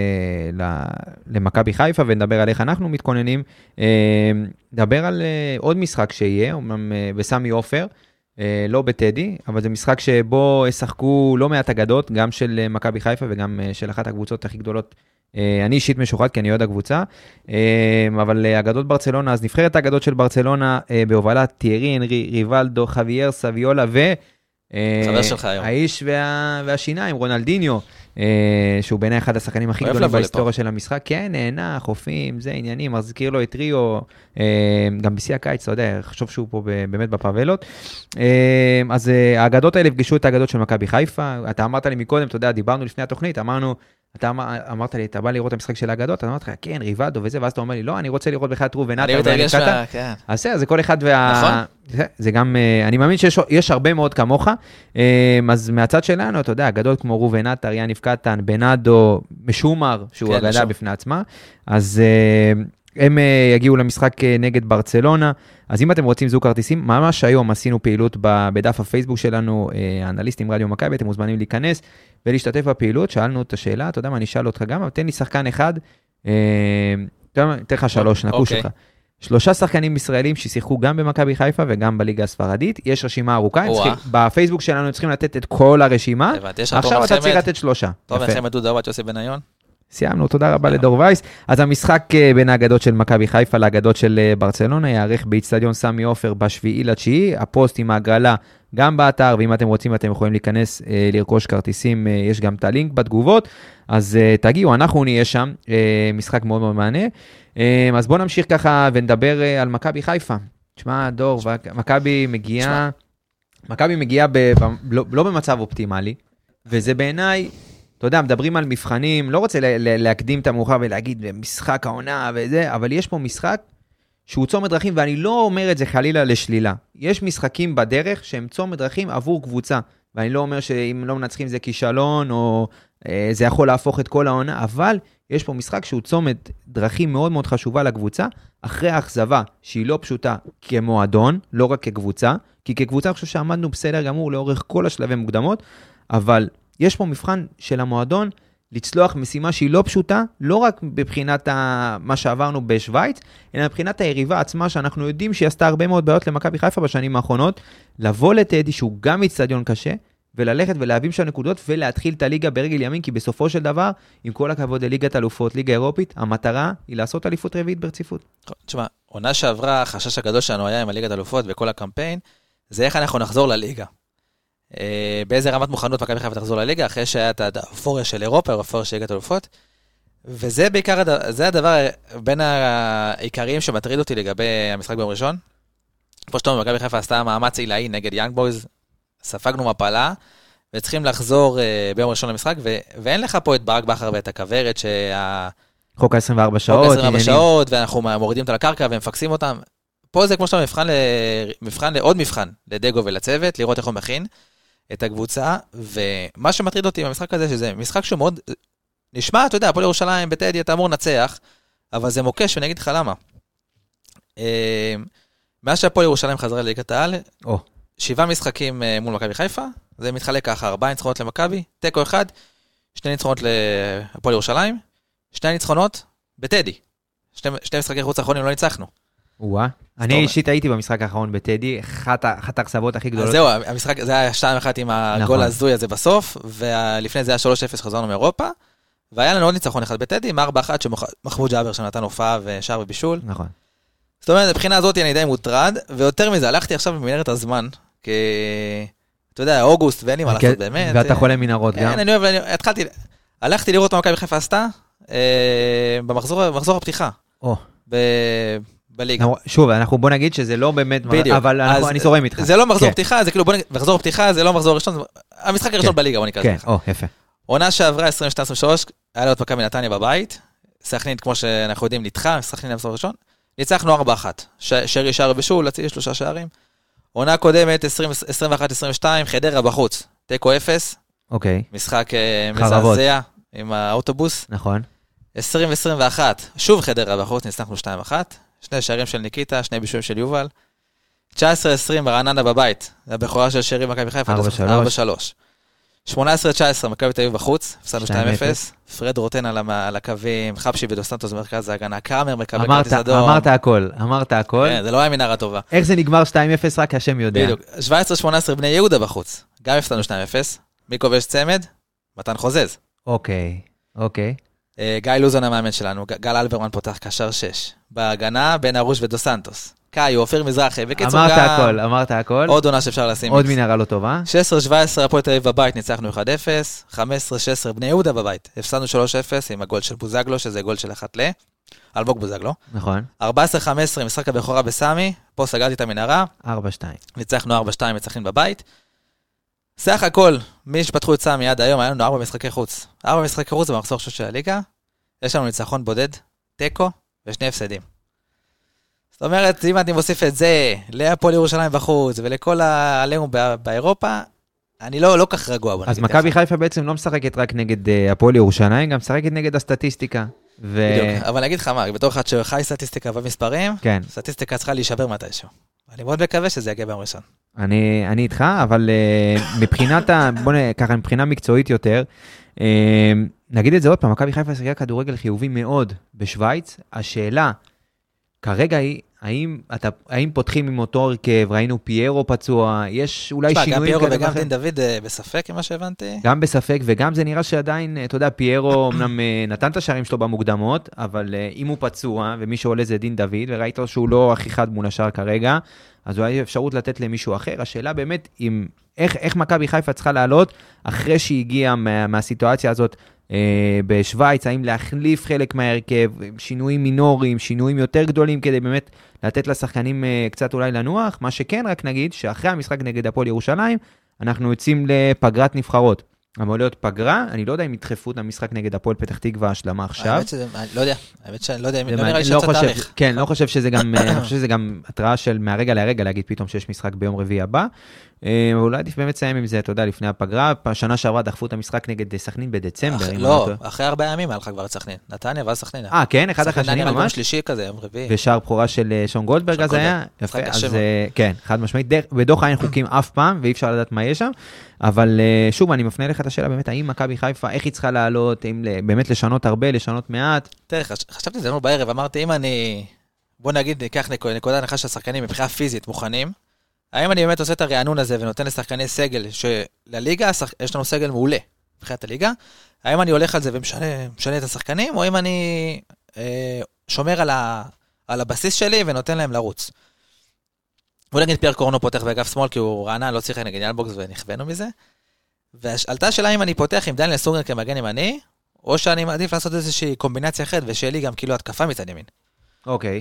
למכבי חיפה ונדבר על איך אנחנו מתכוננים, נדבר על עוד משחק שיהיה, בסמי עופר, לא בטדי, אבל זה משחק שבו ישחקו לא מעט אגדות, גם של מכבי חיפה וגם של אחת הקבוצות הכי גדולות. אני אישית משוחד, כי אני אוהד הקבוצה, אבל אגדות ברצלונה, אז נבחרת האגדות של ברצלונה בהובלת תיארי, אנרי, ריבלדו, חוויאר, סביולה חבר שלך היום. האיש והשיניים, רונלדיניו, שהוא בעיניי אחד השחקנים הכי גדולים בהיסטוריה של המשחק, כן, נהנה, חופים, זה עניינים, מזכיר לו את ריו, גם בשיא הקיץ, אתה יודע, חשוב שהוא פה באמת בפאבלות. אז האגדות האלה הפגשו את האגדות של מכבי חיפה, אתה אמרת לי מקודם, אתה יודע, דיברנו לפני התוכנית, אתה אמרת לי, אתה בא לראות את המשחק של האגדות, אתה אמרת לך, כן, ריבדו וזה, ואז אתה אומר לי, לא, אני רוצה לראות בכלל את רובן עטר ואני קטע. אז זה כל אחד זה גם, אני מאמין שיש הרבה מאוד כמוך, אז מהצד שלנו, אתה יודע, אגדות כמו רובן עטר, יניב קטן, בנאדו, משומר, שהוא אגדה בפני עצמה, אז הם יגיעו למשחק נגד ברצלונה, אז אם אתם רוצים זוג כרטיסים, ממש היום עשינו פעילות בדף הפייסבוק שלנו, האנליסטים רדיו מכבי, אתם מוזמנים להיכנס ולהשתתף בפעילות, שאלנו את השאלה, אתה יודע מה, אני אשאל אותך גם, אבל תן לי שחקן אחד, תן לך 3, נקוש לך. 3 שחקנים ישראלים ששיחקו גם במכבי חיפה וגם בליגה הספרדית, יש רשימה ארוכה, בפייסבוק שלנו צריכים לתת את כל הרשימה, עכשיו אתה צריך לתת 3. טוב, לכם את דודו יוסי בניון. סיימנו, תודה רבה לדור וייס. אז המשחק בין האגדות של מכבי חיפה לאגדות של ברצלונה יערך באצטדיון סמי עופר ב7.9, הפוסט עם ההגרלה גם באתר, ואם אתם רוצים אתם יכולים להיכנס לרכוש כרטיסים, יש גם את הלינק בתגובות, אז תגיעו, אנחנו נהיה שם, משחק מאוד מאוד מענה. אז בואו נמשיך ככה ונדבר על מכבי חיפה. תשמע, דור, מכבי מגיעה לא במצב אופטימלי, וזה בעיניי, אתה יודע, מדברים על מבחנים, לא רוצה להקדים את המאוחר ולהגיד משחק העונה וזה, אבל יש פה משחק שהוא צומת דרכים, ואני לא אומר את זה חלילה לשלילה. יש משחקים בדרך שהם צומת דרכים עבור קבוצה, ואני לא אומר שאם לא מנצחים זה כישלון, או זה יכול להפוך את כל העונה, אבל יש פה משחק שהוא צומת דרכים מאוד מאוד חשובה לקבוצה, אחרי האכזבה שהיא לא פשוטה כמועדון, לא רק כקבוצה, כי כקבוצה אני חושב שעמדנו בסדר גמור לאורך כל השלבי מוקדמות, אבל יש פה מבחן של המועדון לצלוח משימה שהיא לא פשוטה, לא רק בבחינת מה שעברנו בשוויץ, אלא מבחינת היריבה עצמה שאנחנו יודעים שהיא עשתה הרבה מאוד בעיות למכבי חיפה בשנים האחרונות, לבוא לטדי שהוא גם אצטדיון קשה, וללכת ולהבים שם נקודות ולהתחיל את הליגה ברגל ימין, כי בסופו של דבר, עם כל הכבוד לליגת אלופות, ליגה אירופית, המטרה היא לעשות אליפות רביעית ברציפות. תשמע, עונה שעברה, החשש הגדול שלנו היה עם הליגת אלופות וכל הקמפיין, זה איך אנחנו נחזור לליגה. באיזה רמת מוכנות מכבי חיפה תחזור לליגה, אחרי שהיה את האופוריה של אירופה, האופוריה של ליגת אלופות, וזה בעיקר, זה הדבר בין העיקריים שמטריד אותי לגבי המשחק ביום ראשון. כמו שאתה אומר, מכבי חיפה עשתה מאמץ עילאי נגד יאנג בויז, ספגנו מפלה, וצריכים לחזור ביום ראשון למשחק, ואין לך פה את ברק בכר ואת הכוורת, חוק 24 שעות, חוק 24 שעות, ואנחנו מורידים אותה לקרקע ומפקסים אותם. פה זה כמו שאתה מבחן לעוד מבחן, לדגו ולצוות, לראות איך הוא מכין את הקבוצה, ומה שמטריד אותי במשחק הזה, שזה משחק שהוא מאוד, נשמע, אתה יודע, הפועל ירושלים, בטדי, אתה אמור לנצח, אבל זה מוקש, ואני אגיד לך למה. מאז שהפועל ירושלים חזרה לליגת העל, 7 משחקים מול מכבי חיפה, זה מתחלק ככה, 4 ניצחונות למכבי, תיקו 1, 2 ניצחונות להפועל ירושלים, 2 ניצחונות בטדי. 2 משחקי חוץ האחרונים לא ניצחנו. אני אישית הייתי במשחק האחרון בטדי, אחת האכזבות הכי גדולות. אז זהו, המשחק, זה היה 2-1 עם הגול הזוי הזה בסוף, ולפני זה היה 3-0 חזרנו מאירופה, והיה לנו עוד ניצחון אחד בטדי, עם 4-1 שמחמוד ג'אבר שנתן הופעה ושער ובישול. נכון. זאת אומרת, מבחינה הזאת אני די מוטרד, ויותר מזה, הלכתי עכשיו במנהרת הזמן, כי, אתה יודע, אוגוסט, ואין לי מה לעשות באמת. ואתה חולה מנהרות גם. כן, אני אוהב, הלכתי לראות מה מכבי חיפה עשתה, במחזור הפתיחה. בליגה. שוב, בוא נגיד שזה לא באמת, אבל אני זורם איתך. זה לא מחזור פתיחה, זה כאילו, מחזור פתיחה זה לא מחזור ראשון, המשחק הראשון בליגה, בוא נקרא לזה. כן, יפה. עונה שעברה 22-23, היה לו את מכבי נתניה בבית, סכנין, כמו שאנחנו יודעים, נדחה, סכנין למחזור ראשון, ניצחנו 4-1, שרי שער בשול, להציל 3 שערים. עונה קודמת, 21-22, חדרה בחוץ, תיקו 0, משחק מזעזע עם האוטובוס. נכון. 20-21, שוב חדרה בחוץ, ניצחנו 2-1, 2 שערים של ניקיטה, 2 בישולים של יובל. 19-20 רעננה בבית, הבכורה של שרי מכבי חיפה, 4-3. 18-19 מכבי תל אביב בחוץ, הפסדנו 2-0, פרד רוטן על הקווים, חפשי ודוסטנטוס במרכז ההגנה, קאמר מקבל כרטיס אדום. אמרת הכל. כן, זה לא היה מנהרה טובה. איך זה נגמר 2-0 רק השם יודע. בדיוק. 17-18 בני יהודה בחוץ, גם הפסדנו 2-0, מי כובש צמד? מתן חוזז. אוקיי. גיא לוזון המאמן שלנו, גל אלברמן פותח קשר 6. בהגנה, בן ארוש ודו סנטוס. קאי, אופיר מזרחי. בקיצור, אמרת הכל. עוד עונה שאפשר לשים. עוד מנהרה לא טובה. 16-17, הפועל תל אביב בבית, ניצחנו 1-0. 15-16, בני יהודה בבית. הפסדנו 3-0 עם הגול של בוזגלו, שזה גול של 1 אלמוג בוזגלו. נכון. 14-15, משחק הבכורה בסמי. פה סגרתי את המנהרה. 4-2. ניצחנו 4-2 מצחים בבית. סך הכל, מי שפתחו את סמי עד היום, היה לנו 4 משחקי חוץ. 4 משחקי חוץ במחזור של הליגה. יש לנו ניצחון בודד, טקו ושני הפסדים. זאת אומרת, אם אני מוסיף את זה להפועל ירושלים בחוץ ולכל העלינו באירופה, אני לא כך רגוע. אז מכבי חיפה בעצם לא משחקת רק נגד הפועל ירושלים, גם משחקת נגד הסטטיסטיקה. בדיוק, אבל אני אגיד לך מה, בתור אחד שחי סטטיסטיקה ומספרים, כן. סטטיסטיקה צריכה להישבר מתישהו. אני מאוד מקווה שזה יגיע ביום ראשון. אני איתך, אבל מבחינה מקצועית יותר, נגיד את זה עוד פעם, מכבי חיפה שיחקה כדורגל חיובי מאוד בשוויץ. השאלה כרגע היא, האם פותחים עם אותו הרכב, ראינו פיירו פצוע, יש אולי שינויים כאלה. גם פיירו וגם דין דוד בספק, מה שהבנתי. גם בספק, וגם זה נראה שעדיין, אתה יודע, פיירו אמנם נתן את השערים שלו במוקדמות, אבל אם הוא פצוע, ומי שעולה זה דין דוד, וראית שהוא לא הכי חד מול השער כרגע, אז אולי אפשרות לתת למישהו אחר. השאלה באמת, איך מכבי חיפה צריכה לעלות, אחרי שהיא הגיעה מהסיטואציה הזאת, בשוויץ, האם להחליף חלק מההרכב, שינויים מינוריים, שינויים יותר גדולים, כדי באמת לתת לשחקנים קצת אולי לנוח. מה שכן, רק נגיד, שאחרי המשחק נגד הפועל ירושלים, אנחנו יוצאים לפגרת נבחרות. אמור להיות פגרה, אני לא יודע אם ידחפו את המשחק נגד הפועל פתח תקווה השלמה עכשיו. האמת שאני לא יודע, לא נראה לי שיצא תאריך. כן, לא חושב שזה גם, אני חושב שזה גם התראה של מהרגע להרגע להגיד פתאום שיש משחק ביום רביעי הבא. אולי עדיף באמת לסיים עם זה, אתה יודע, לפני הפגרה. שנה שעברה דחפו את המשחק נגד סכנין בדצמבר. לא, אחרי 4 ימים היה לך כבר את סכנין. נתניה ואז סכנין. כן, אחד אחרי השני ממש. שלישי כזה, יום רביעי. ושער בכורה של שון גולדברג אז היה. יפה, אז כן, חד משמעית. בדוחה אין חוקים אף פעם, ואי אפשר לדעת מה יש שם. אבל שוב, אני מפנה לך את השאלה, באמת, האם מכבי חיפה, איך היא צריכה לעלות, האם באמת לשנות הרבה, לשנות מעט? תראה, חשבתי זה בערב, אמרתי, אם אני, בוא נגיד, ניקח נקודה הנחה שהשחקנים מבחינה פיזית מוכנים, האם אני באמת עושה את הרענון הזה ונותן לשחקני סגל, שלליגה יש לנו סגל מעולה, מבחינת הליגה, האם אני הולך על זה ומשנה את השחקנים, או אם אני שומר על הבסיס שלי ונותן להם לרוץ. בוא נגיד פייר קורנו פותח באגף שמאל, כי הוא רענן, לא צריך נגד ילבוקס ונכוונו מזה. ועלתה השאלה אם אני פותח עם דניאל סונגרן כמגן ימני, או שאני מעדיף לעשות איזושהי קומבינציה אחרת, ושיהיה לי גם כאילו התקפה מצד ימין. אוקיי.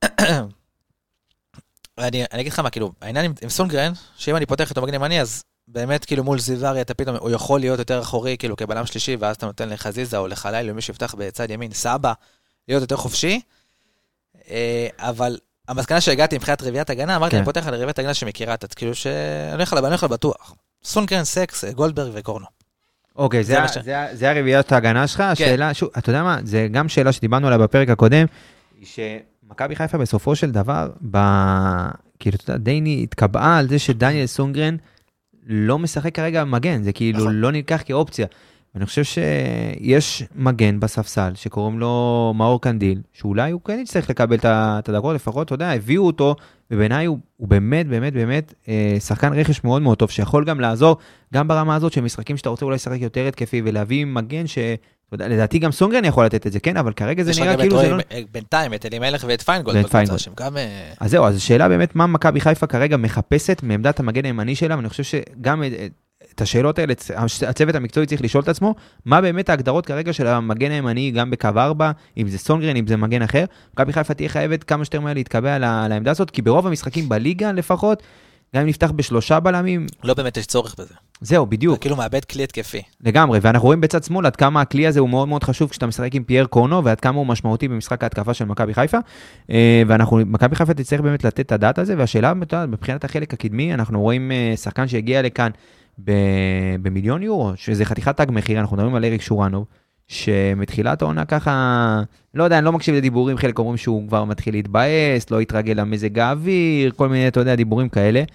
אני אגיד לך מה, כאילו, העניין עם סונגרן, שאם אני פותח איתו מגן ימני, אז באמת כאילו מול זיווארי, אתה פתאום, הוא יכול להיות יותר אחורי, כאילו כבלם שלישי, ואז אתה נותן לחזיזה או לחליל, למי שיפתח בצד ימין, סבא, להיות יותר חופשי. אבל המסקנה שהגעתי מבחינת רביעת הגנה, אמרתי, אני פותח על רביעת הגנה שמכירה את, כאילו שאני הולך בטוח. סונגרן, סקס, גולדברג וקורנו. אוקיי, זה הרביעת ההגנה שלך. השאלה, שוב, אתה יודע מה, זה גם שאלה שדיברנו עליה בפרק הקודם, היא שמכבי חיפה בסופו של דבר, כאילו, אתה יודע, דייני התקבעה על זה שדניאל סונגרן לא משחק כרגע מגן, זה כאילו לא נלקח כאופציה. ואני חושב שיש מגן בספסל, שקוראים לו מאור קנדיל, שאולי הוא כן יצטרך לקבל את הדקות, לפחות, אתה יודע, הביאו אותו, ובעיניי הוא באמת, באמת, באמת, שחקן רכש מאוד מאוד טוב, שיכול גם לעזור, גם ברמה הזאת, שמשחקים שאתה רוצה אולי לשחק יותר התקפי, ולהביא מגן לדעתי גם סונגרן יכול לתת את זה, כן, אבל כרגע זה נראה כאילו זה לא... בינתיים, את אלימלך ואת פיינגולד. אז זהו, אז השאלה באמת, מה מכבי חיפה כרגע מחפשת מעמדת המגן הימני שלה, ואני חושב שגם את השאלות האלה, הצוות המקצועי צריך לשאול את עצמו, מה באמת ההגדרות כרגע של המגן הימני, גם בקו 4, אם זה סונגרן, אם זה מגן אחר, מכבי חיפה תהיה חייבת כמה שיותר מהר להתקבע על העמדה הזאת, כי ברוב המשחקים בליגה לפחות, גם אם נפתח ב3 בלמים... לא באמת יש צורך בזה. זהו, בדיוק. זה כאילו מאבד כלי התקפי. לגמרי, ואנחנו רואים בצד שמאל עד כמה הכלי הזה הוא מאוד מאוד חשוב כשאתה משחק עם פייר קורנו, ועד כמה הוא משמעותי במשחק ההתקפה של מכבי חיפה, מכבי חיפה תצטרך באמת לתת את הדעת הזה, והשאלה מבחינת החלק הקדמי, אנחנו רואים שחקן שהגיע לכאן במיליון יורו, שזה חתיכת תג מחיר, אנחנו מדברים על אריק שורנוב, שמתחילת העונה ככה, לא יודע, אני לא מקשיב לדיבורים, חלק אומרים שהוא כבר מתחיל להתבאס, לא יתרגל למזג האוויר, כל מיני, אתה יודע, דיבורים כאלה.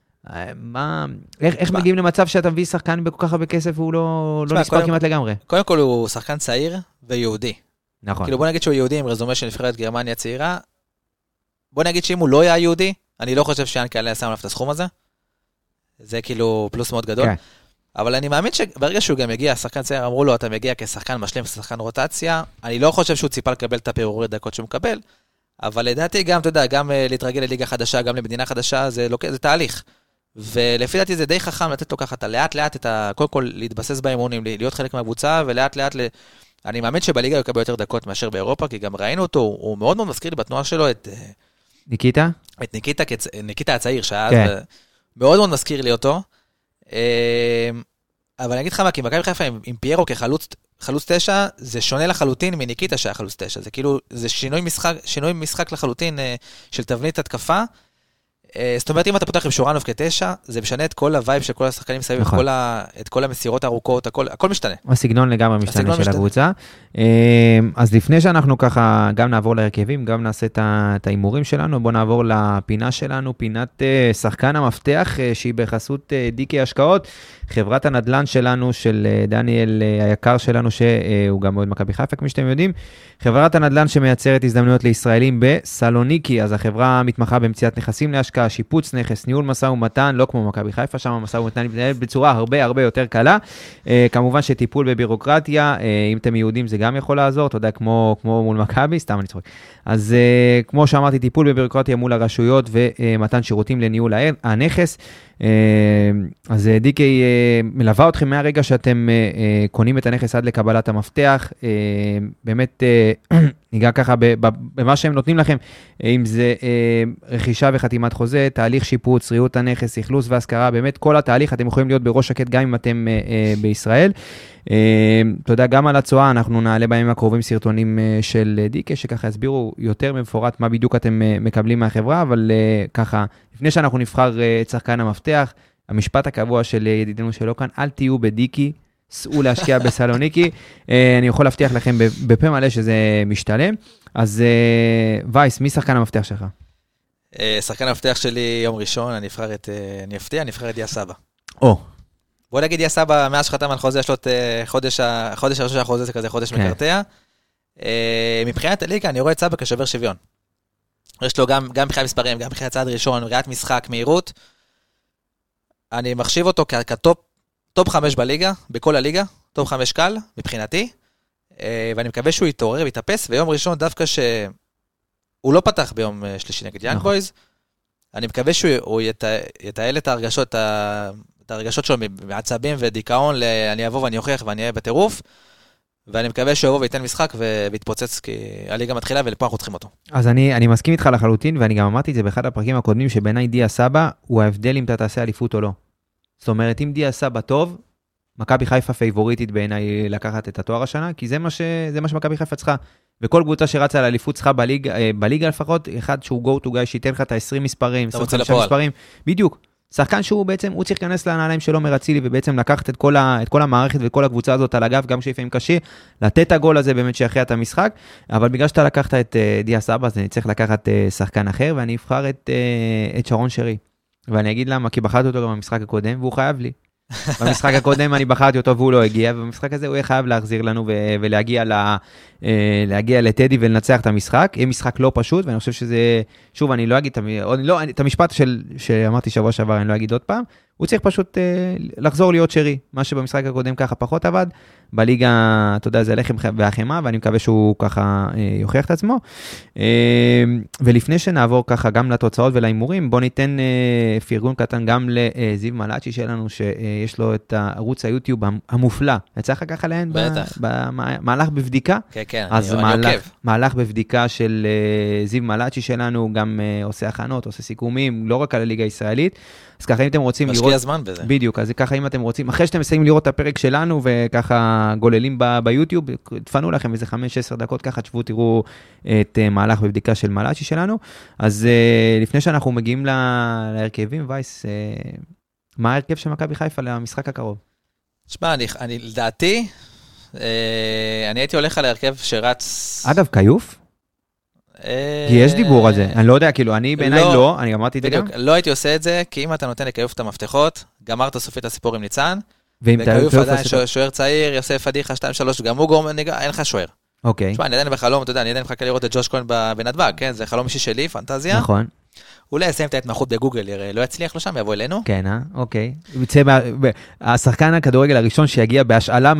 איך מגיעים למצב שאתה מביא שחקן בכל כך הרבה כסף והוא לא נספר כמעט לגמרי? קודם כל הוא שחקן צעיר ויהודי. נכון. כאילו בוא נגיד שהוא יהודי עם רזומה של נבחרת גרמניה צעירה, בוא נגיד שאם הוא לא היה יהודי, אני לא חושב שיאנקל'ה שם עליו את הסכום הזה. זה כאילו פלוס מאוד גדול. אבל אני מאמין שברגע שהוא גם יגיע, השחקן צעיר, אמרו לו, אתה מגיע כשחקן משלים, כשחקן רוטציה, אני לא חושב שהוא ציפה לקבל את הפירורי דקות שהוא מקבל, אבל לדעתי גם, אתה יודע, גם להתרגל לליגה חדשה, גם למדינה חדשה, זה תהליך. ולפי דעתי זה די חכם לתת לו ככה, אתה לאט לאט, קודם כל להתבסס באימונים, להיות חלק מהקבוצה, ולאט לאט, אני מאמין שבליגה הוא יקבל יותר דקות מאשר באירופה, כי גם ראינו אותו, הוא מאוד מאוד מזכיר לי בתנועה שלו את ניקיטה? את ניקיטה הצעיר, שאז מאוד מאוד מזכיר לי אותו. אבל אני אגיד לך מה, כי מכבי חיפה עם פיירו כחלוץ 9, זה שונה לחלוטין מניקיטה שהיה חלוץ 9. זה כאילו, זה שינוי משחק לחלוטין של תבנית התקפה. זאת אומרת, אם אתה פותח עם שורנוב כ9, זה משנה את כל הווייב של כל השחקנים מסביב, את כל המסירות הארוכות, הכל משתנה. הסגנון לגמרי משתנה של הקבוצה. אז לפני שאנחנו ככה גם נעבור להרכבים, גם נעשה את האימורים שלנו, בואו נעבור לפינה שלנו, פינת שחקן המפתח, שהיא בחסות דיקי השקעות, חברת הנדל"ן שלנו, של דניאל היקר שלנו, שהוא גם מאוד מכבי חיפה, כמו שאתם יודעים, חברת הנדל"ן שמייצרת הזדמנויות לישראלים בסלוניקי, אז החברה מתמחה במציאת נכסים להשקעה, שיפוץ נכס, ניהול משא ומתן, לא כמו מכבי חיפה, שם המשא ומתן מתנהל בצורה הרבה יותר קלה. כמובן שטיפול בבירוקרטיה, אם אתם יהודים זה גם יכול לעזור, אתה יודע, כמו מול מכבי, סתם אני צוחק. אז כמו שאמרתי, טיפול בבירוקרטיה מול הרשויות ומתן שירותים לניהול הנכס. אז דיקי מלווה אתכם מהרגע שאתם קונים את הנכס עד לקבלת המפתח, באמת ניגע ככה במה שהם נותנים לכם, אם זה רכישה וחתימת חוזה, תהליך שיפוץ, ריהוט הנכס, אכלוס והשכרה, באמת כל התהליך, אתם יכולים להיות בראש שקט גם אם אתם בישראל. תודה גם על הצועה, אנחנו נעלה בימים הקרובים סרטונים של דיקי, שככה יסבירו יותר מפורט מה בדיוק אתם מקבלים מהחברה, אבל ככה, לפני שאנחנו נבחר את שחקן המפתח, המשפט הקבוע של ידידנו שלו כאן, אל תהיו בדיקי, סעו להשקיע בסלוניקי, אני יכול להבטיח לכם בפה מלא שזה משתלם. אז וייס, מי שחקן המפתח שלך? שחקן המפתח שלי יום ראשון, אני נבחר את דיה סבא. בוא נגיד דיה סבא, מאז שחתם על חוזה, יש לו את חודש הראשון של החוזה, זה כזה חודש מקרטע. מבחינת הליגה, אני רואה את סבא כשובר שוויון. יש לו גם מבחינת מספרים, גם מבחינת צעד ראשון, ראיית משחק, מהירות. אני מחשיב אותו כטופ 5 בליגה, בכל הליגה, טופ 5 קל, מבחינתי, ואני מקווה שהוא יתעורר ויתאפס, ויום ראשון דווקא שהוא לא פתח ביום שלישי נגד יאנג בויז, אני מקווה שהוא יתעל את הרגשות שלו מעצבים ודיכאון, אני אבוא ואני אוכיח ואני אהיה בטירוף, ואני מקווה שהוא יבוא וייתן משחק ויתפוצץ, כי הליגה מתחילה ולפה אנחנו צריכים אותו. אז אני מסכים איתך לחלוטין, ואני גם אמרתי את זה באחד הפרקים הקודמים, שבעיניי דיה סבא הוא ההבדל אם אתה תעשה אליפות או לא. זאת אומרת, אם דיה סבא טוב, מכבי חיפה פייבוריטית בעיניי לקחת את התואר השנה, כי זה מה שמכבי חיפה צריכה. וכל קבוצה שרצה על אליפות צריכה בליגה לפחות, אחד שהוא go to guy שייתן לך את ה-20 מספרים, 25 מספרים, בדיוק. שחקן שהוא בעצם, הוא צריך להיכנס לנעליים שלו מרצילי, ובעצם לקחת את כל המערכת ואת כל הקבוצה הזאת על הגב, גם שלפעמים קשה, לתת את הגול הזה באמת שיחיה את המשחק, אבל בגלל שאתה לקחת את דיה סבא, אז אני צריך לקחת שחקן אחר, ואני אבחר את שרון שרי. ואני אגיד למה, כי בחרתי אותו גם במשחק הקודם, והוא חייב לי. במשחק הקודם אני בחרתי אותו והוא לא הגיע, ובמשחק הזה הוא יהיה חייב להחזיר לנו ולהגיע לטדי ולנצח את המשחק. יהיה משחק לא פשוט, ואני חושב שזה, שוב, אני לא אגיד את המשפט שאמרתי שבוע שעבר, אני לא אגיד עוד פעם, הוא צריך פשוט לחזור להיות שרי, מה שבמשחק הקודם ככה פחות עבד, בליגה, אתה יודע, זה לחם והחמה, ואני מקווה שהוא ככה יוכיח את עצמו. ולפני שנעבור ככה גם לתוצאות ולאימורים, בוא ניתן פרגון קטן גם לזיו מלאצ'י שלנו, שיש לו את ערוץ היוטיוב המופלא. יצא לך ככה להן במהלך בבדיקה? כן, כן, אז מהלך בבדיקה של זיו מלאצ'י שלנו, גם עושה הכנות, עושה סיכומים, לא רק על הליגה הישראלית. אז ככה אם אתם רוצים לראות... משקיע זמן בזה. בדיוק, אז ככה אם אתם רוצים, אחרי שאתם מסיימים לראות את הפרק שלנו, וככה גוללים ביוטיוב, תפנו לכם איזה 5-10 דקות, ככה תשבו, תראו את מהלך בבדיקה של מלאצ'י שלנו. אז לפני שאנחנו מגיעים להרכבים, וייס, מה ההרכב של מכבי חיפה למשחק הקרוב? תשמע, אני לדעתי, אני הייתי הולך על ההרכב שרץ... אגב, קיוף? כי יש דיבור על זה, אני לא יודע, כאילו, אני בעיניי לא, אני אמרתי את זה גם. לא הייתי עושה את זה, כי אם אתה נותן לקיוף את המפתחות, גמרת סופית הסיפור עם ניצן, וקיוף עדיין שוער צעיר, יוסף פדיחה 2-3, גם הוא גורם, אין לך שוער. אוקיי. תשמע, אני עדיין בחלום, אתה יודע, אני עדיין מחכה לראות את ג'וש כהן בנתב"ג, כן? זה חלום אישי שלי, פנטזיה. נכון. אולי יסיים את ההתמחות בגוגל, לא יצליח לו שם, יבוא אלינו. כן, אוקיי. השחקן הכדורגל הראשון שיגיע בהשאלה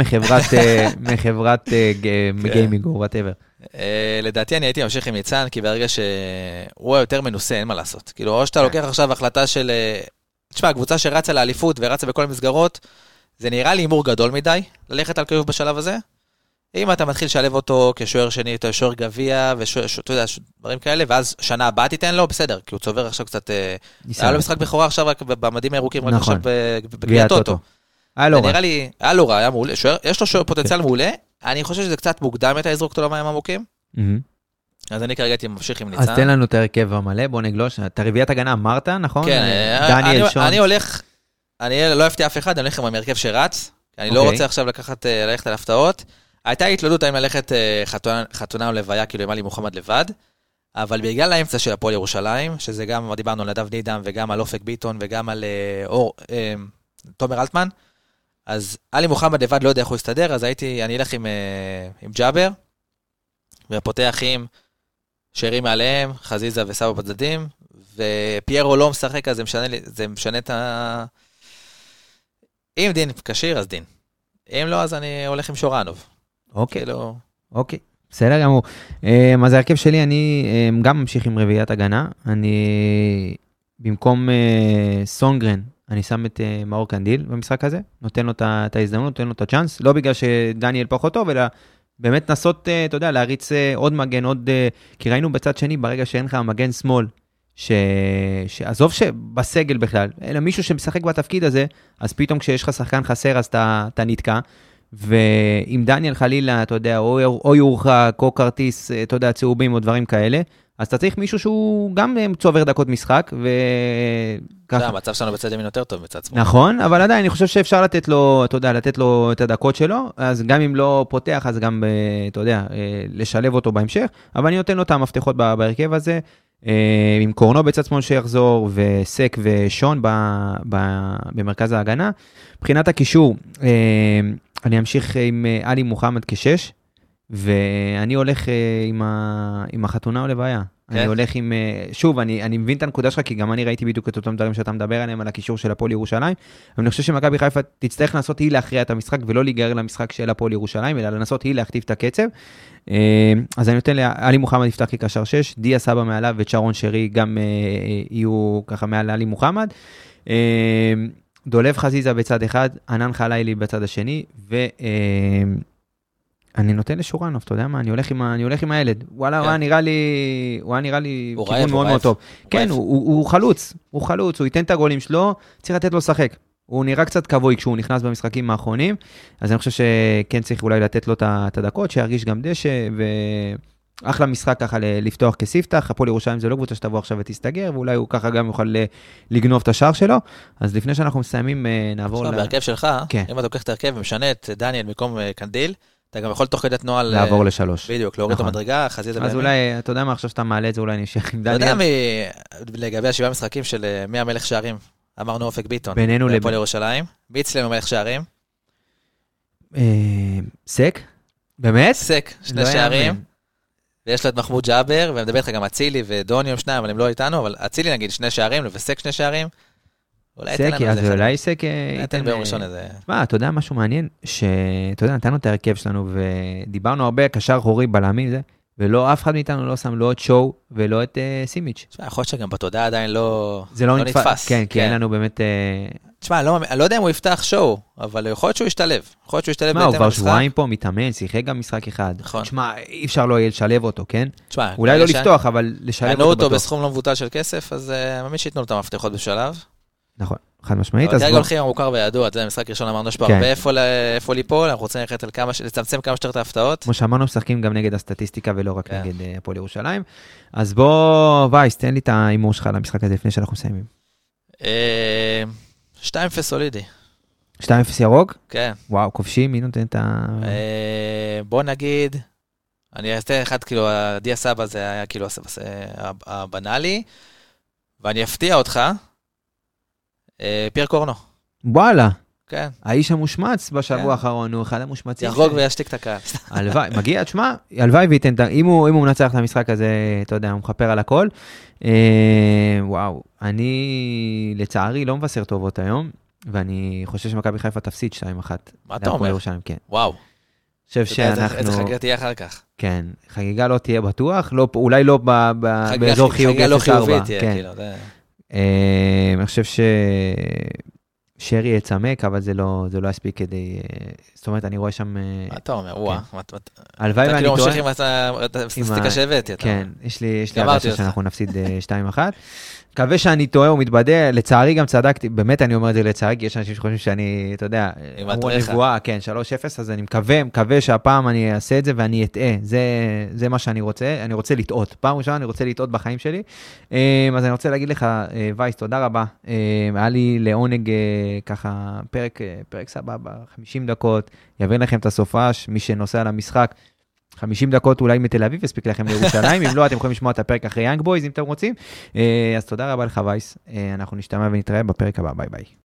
מחברת גיימינג או whatever. לדעתי אני הייתי ממשיך עם ניצן, כי ברגע שהוא יותר מנוסה, אין מה לעשות. כאילו, או שאתה לוקח עכשיו החלטה של... תשמע, הקבוצה שרצה לאליפות ורצה בכל המסגרות, זה נראה לי הימור גדול מדי, ללכת על קיוף בשלב הזה. אם אתה מתחיל לשלב אותו כשוער שני, אתה שוער גביע, ואתה יודע, דברים כאלה, ואז שנה הבאה תיתן לו, בסדר, כי הוא צובר עכשיו קצת... היה לו משחק בכורה עכשיו רק במדים הירוקים, רק עכשיו בגביע טוטו. היה לו רע. נראה לי, היה לו רע, היה מעולה, יש לו פוטנציאל מעולה, אני חושב שזה קצת מוקדם את לזרוק אותו למים עמוקים. אז אני כרגע הייתי ממשיך עם ניצן. אז תן לנו את ההרכב המלא, בוא נגלוש. את הרביעיית הגנה אמרת, נכון? כן, דניאל שון. אני הולך, אני לא אפתיע אף אחד, אני הולך עם ההרכב שרץ, אני לא רוצה עכשיו ללכת על הפתעות. הייתה התלודות האם ללכת חתונה או לוויה, כאילו עם עלי מוחמד לבד, אבל בגלל האמצע של הפועל ירושלים, שזה גם, דיברנו על נדב נידם, וגם על אופק ביטון, וגם על תומר אלטמן, אז עלי מוחמד לבד לא יודע איך הוא יסתדר, אז אני אלך עם ג'אבר, ופותח עם שרים מעליהם, חזיזה וסבא בצדדים, ופיירו לא משחק, אז זה משנה את ה... אם דין קשיר, אז דין. אם לא, אז אני הולך עם שורנוב. אוקיי, אוקיי, בסדר גמור. אז ההרכב שלי, אני גם ממשיך עם רביעיית הגנה. אני, במקום סונגרן, אני שם את מאור קנדיל במשחק הזה, נותן לו את ההזדמנות, נותן לו את הצ'אנס, לא בגלל שדניאל פחות טוב, אלא באמת נסות, אתה יודע, להריץ עוד מגן, כי ראינו בצד שני, ברגע שאין לך מגן שמאל, שעזוב שבסגל בכלל, אלא מישהו שמשחק בתפקיד הזה, אז פתאום כשיש לך שחקן חסר, אז אתה נתקע, ואם דניאל חלילה, אתה יודע, או יורחק, או כרטיס, אתה יודע, צהובים או דברים כאלה, אז אתה צריך מישהו שהוא גם צובר דקות משחק, זה המצב שלנו בצד ימין יותר טוב מצד שמאל. נכון, אבל עדיין אני חושב שאפשר לתת לו, אתה יודע, לתת לו את הדקות שלו, אז גם אם לא פותח, אז גם, אתה יודע, לשלב אותו בהמשך, אבל אני נותן לו את המפתחות בהרכב הזה, עם קורנו בצד שמאל שיחזור, וסק ושון במרכז ההגנה. מבחינת הקישור, אני אמשיך עם עלי מוחמד כשש, ואני הולך עם החתונה או לוויה. אני הולך עם, שוב, אני מבין את הנקודה שלך, כי גם אני ראיתי בדיוק את אותם דברים שאתה מדבר עליהם, על הקישור של הפועל ירושלים, אבל אני חושב שמכבי חיפה תצטרך לנסות היא להכריע את המשחק, ולא להיגרר למשחק של הפועל ירושלים, אלא לנסות היא להכתיב את הקצב. אז אני נותן לעלי מוחמד יפתח כקשר 6, דיה סבא מעליו וצ'רון שרי גם יהיו ככה מעל לעלי מוחמד. דולב חזיזה בצד אחד, ענן חלילי בצד השני, אני נותן לשורנוב, אתה יודע מה? אני הולך עם הילד. וואלה, הוא נראה לי כיוון מאוד מאוד טוב. כן, הוא חלוץ, הוא ייתן את הגולים שלו, צריך לתת לו לשחק. הוא נראה קצת כבוי כשהוא נכנס במשחקים האחרונים, אז אני חושב שכן צריך אולי לתת לו את הדקות, שירגיש גם דשא, ואחלה משחק ככה לפתוח כספתח, הפועל ירושלים זה לא קבוצה שתבוא עכשיו ותסתגר, ואולי הוא ככה גם יוכל לגנוב את השער שלו, אז לפני שאנחנו מסיימים, נעבור בהרכב שלך, אם אתה לוקח את ההרכב ומשנה את דניאל במקום קנדיל, אתה גם יכול תוך כדי תנועה לעבור לשלוש. בדיוק, להוריד את המדרגה, חזיזה בימין. אז אולי, אתה יודע מה, עכשיו שאתה מעלה את זה, אולי נשאר עם דניאל. אתה יודע לגבי השבעה משחקים של מי המלך שערים, אמרנו אופק ביטון, בינינו להפועל ירושלים, ביצלם המלך שערים. סק? באמת? סק, שני שערים. ויש לו את מחמוד ג'אבר, ומדבר איתך גם אצילי ודוני הם שניים, אבל הם לא איתנו, אבל אצילי נגיד שני שערים, וסק שני שערים. סקי, אז אולי סק ייתן ביום ראשון איזה... מה, אתה יודע משהו מעניין? שאתה יודע, נתנו את ההרכב שלנו, ודיברנו הרבה קשר חורי בלמים זה, ולא, אף אחד מאיתנו לא שם לא את שואו, ולא את סימיץ'. תשמע, יכול להיות שגם בתודעה עדיין לא נתפס. כן, כי אין לנו באמת... תשמע, אני לא יודע אם הוא יפתח שואו, אבל יכול להיות שהוא ישתלב. מה, הוא כבר שבועיים פה, מתאמן, שיחק גם משחק אחד. תשמע, אי אפשר לא יהיה לשלב אותו, כן? אולי לא לפתוח, אבל לשלב אותו בטוח. ענו אותו בסכום לא מבוטל של כסף, אז ממש שיתנו לו את המפתחות בשלב. נכון, חד משמעית. כרגע הולכים המוכר וידוע, זה המשחק ראשון אמרנו שפה הרבה איפה ליפול, אנחנו רוצים לצמצם כמה שיותר את ההפתעות. כמו שאמרנו, משחקים גם נגד הסטטיסטיקה ולא רק נגד הפועל ירושלים. אז בוא, וייס, תן לי את האימור שלך למשחק הזה לפני שאנחנו מסיימים. 2-0 סולידי. 2-0 ירוק? כן. וואו, כובשים, מי נותן את ה... בוא נגיד, אני אעשה אחד, כאילו, דיה סבא זה היה כאילו הבנאלי, ואני אפתיע אותך, פייר קורנו. וואלה. כן. האיש המושמץ בשבוע האחרון, הוא אחד המושמצים. יחגוג וישתיק את הקהל. הלוואי, מגיע, תשמע, הלוואי וייתן, אם הוא מנצח את המשחק הזה, אתה יודע, הוא מחפר על הכל. וואו, אני לצערי לא מבשר טובות היום, ואני חושב שמכבי חיפה תפסיד 2-1. מה אתה אומר? כן. וואו. חושב שאנחנו... איזה חגיגה תהיה אחר כך. כן, חגיגה לא תהיה בטוח, אולי לא באזור חיובי. חגיגה לא חיובית תהיה, כאילו. אני חושב שרי יצמק, אבל זה לא יספיק כדי... זאת אומרת, אני רואה שם... מה אתה אומר? וואו. הלוואי ואני טועה. אתה כאילו ממשיך עם הסטטיסטיקה שהבאתי. כן, יש לי הרגשה שאנחנו נפסיד 2-1. מקווה שאני טועה ומתבדה, לצערי גם צדקתי, באמת אני אומר את זה לצערי, כי יש אנשים שחושבים שאני, אתה יודע, אמרו נבואה, כן, 3-0, אז אני מקווה שהפעם אני אעשה את זה ואני אטעה, זה מה שאני רוצה, אני רוצה לטעות, פעם ראשונה אני רוצה לטעות בחיים שלי, אז אני רוצה להגיד לך, וייס, תודה רבה, היה לי לעונג ככה פרק סבבה, 50 דקות, יבין לכם את הסופש, מי שנוסע למשחק, 50 דקות אולי מתל אביב, יספיק לכם לירושלים, אם לא, אתם יכולים לשמוע את הפרק אחרי יאנג בויז, אם אתם רוצים. אז תודה רבה לך, וייס. אנחנו נשתמע ונתראה בפרק הבא, ביי ביי.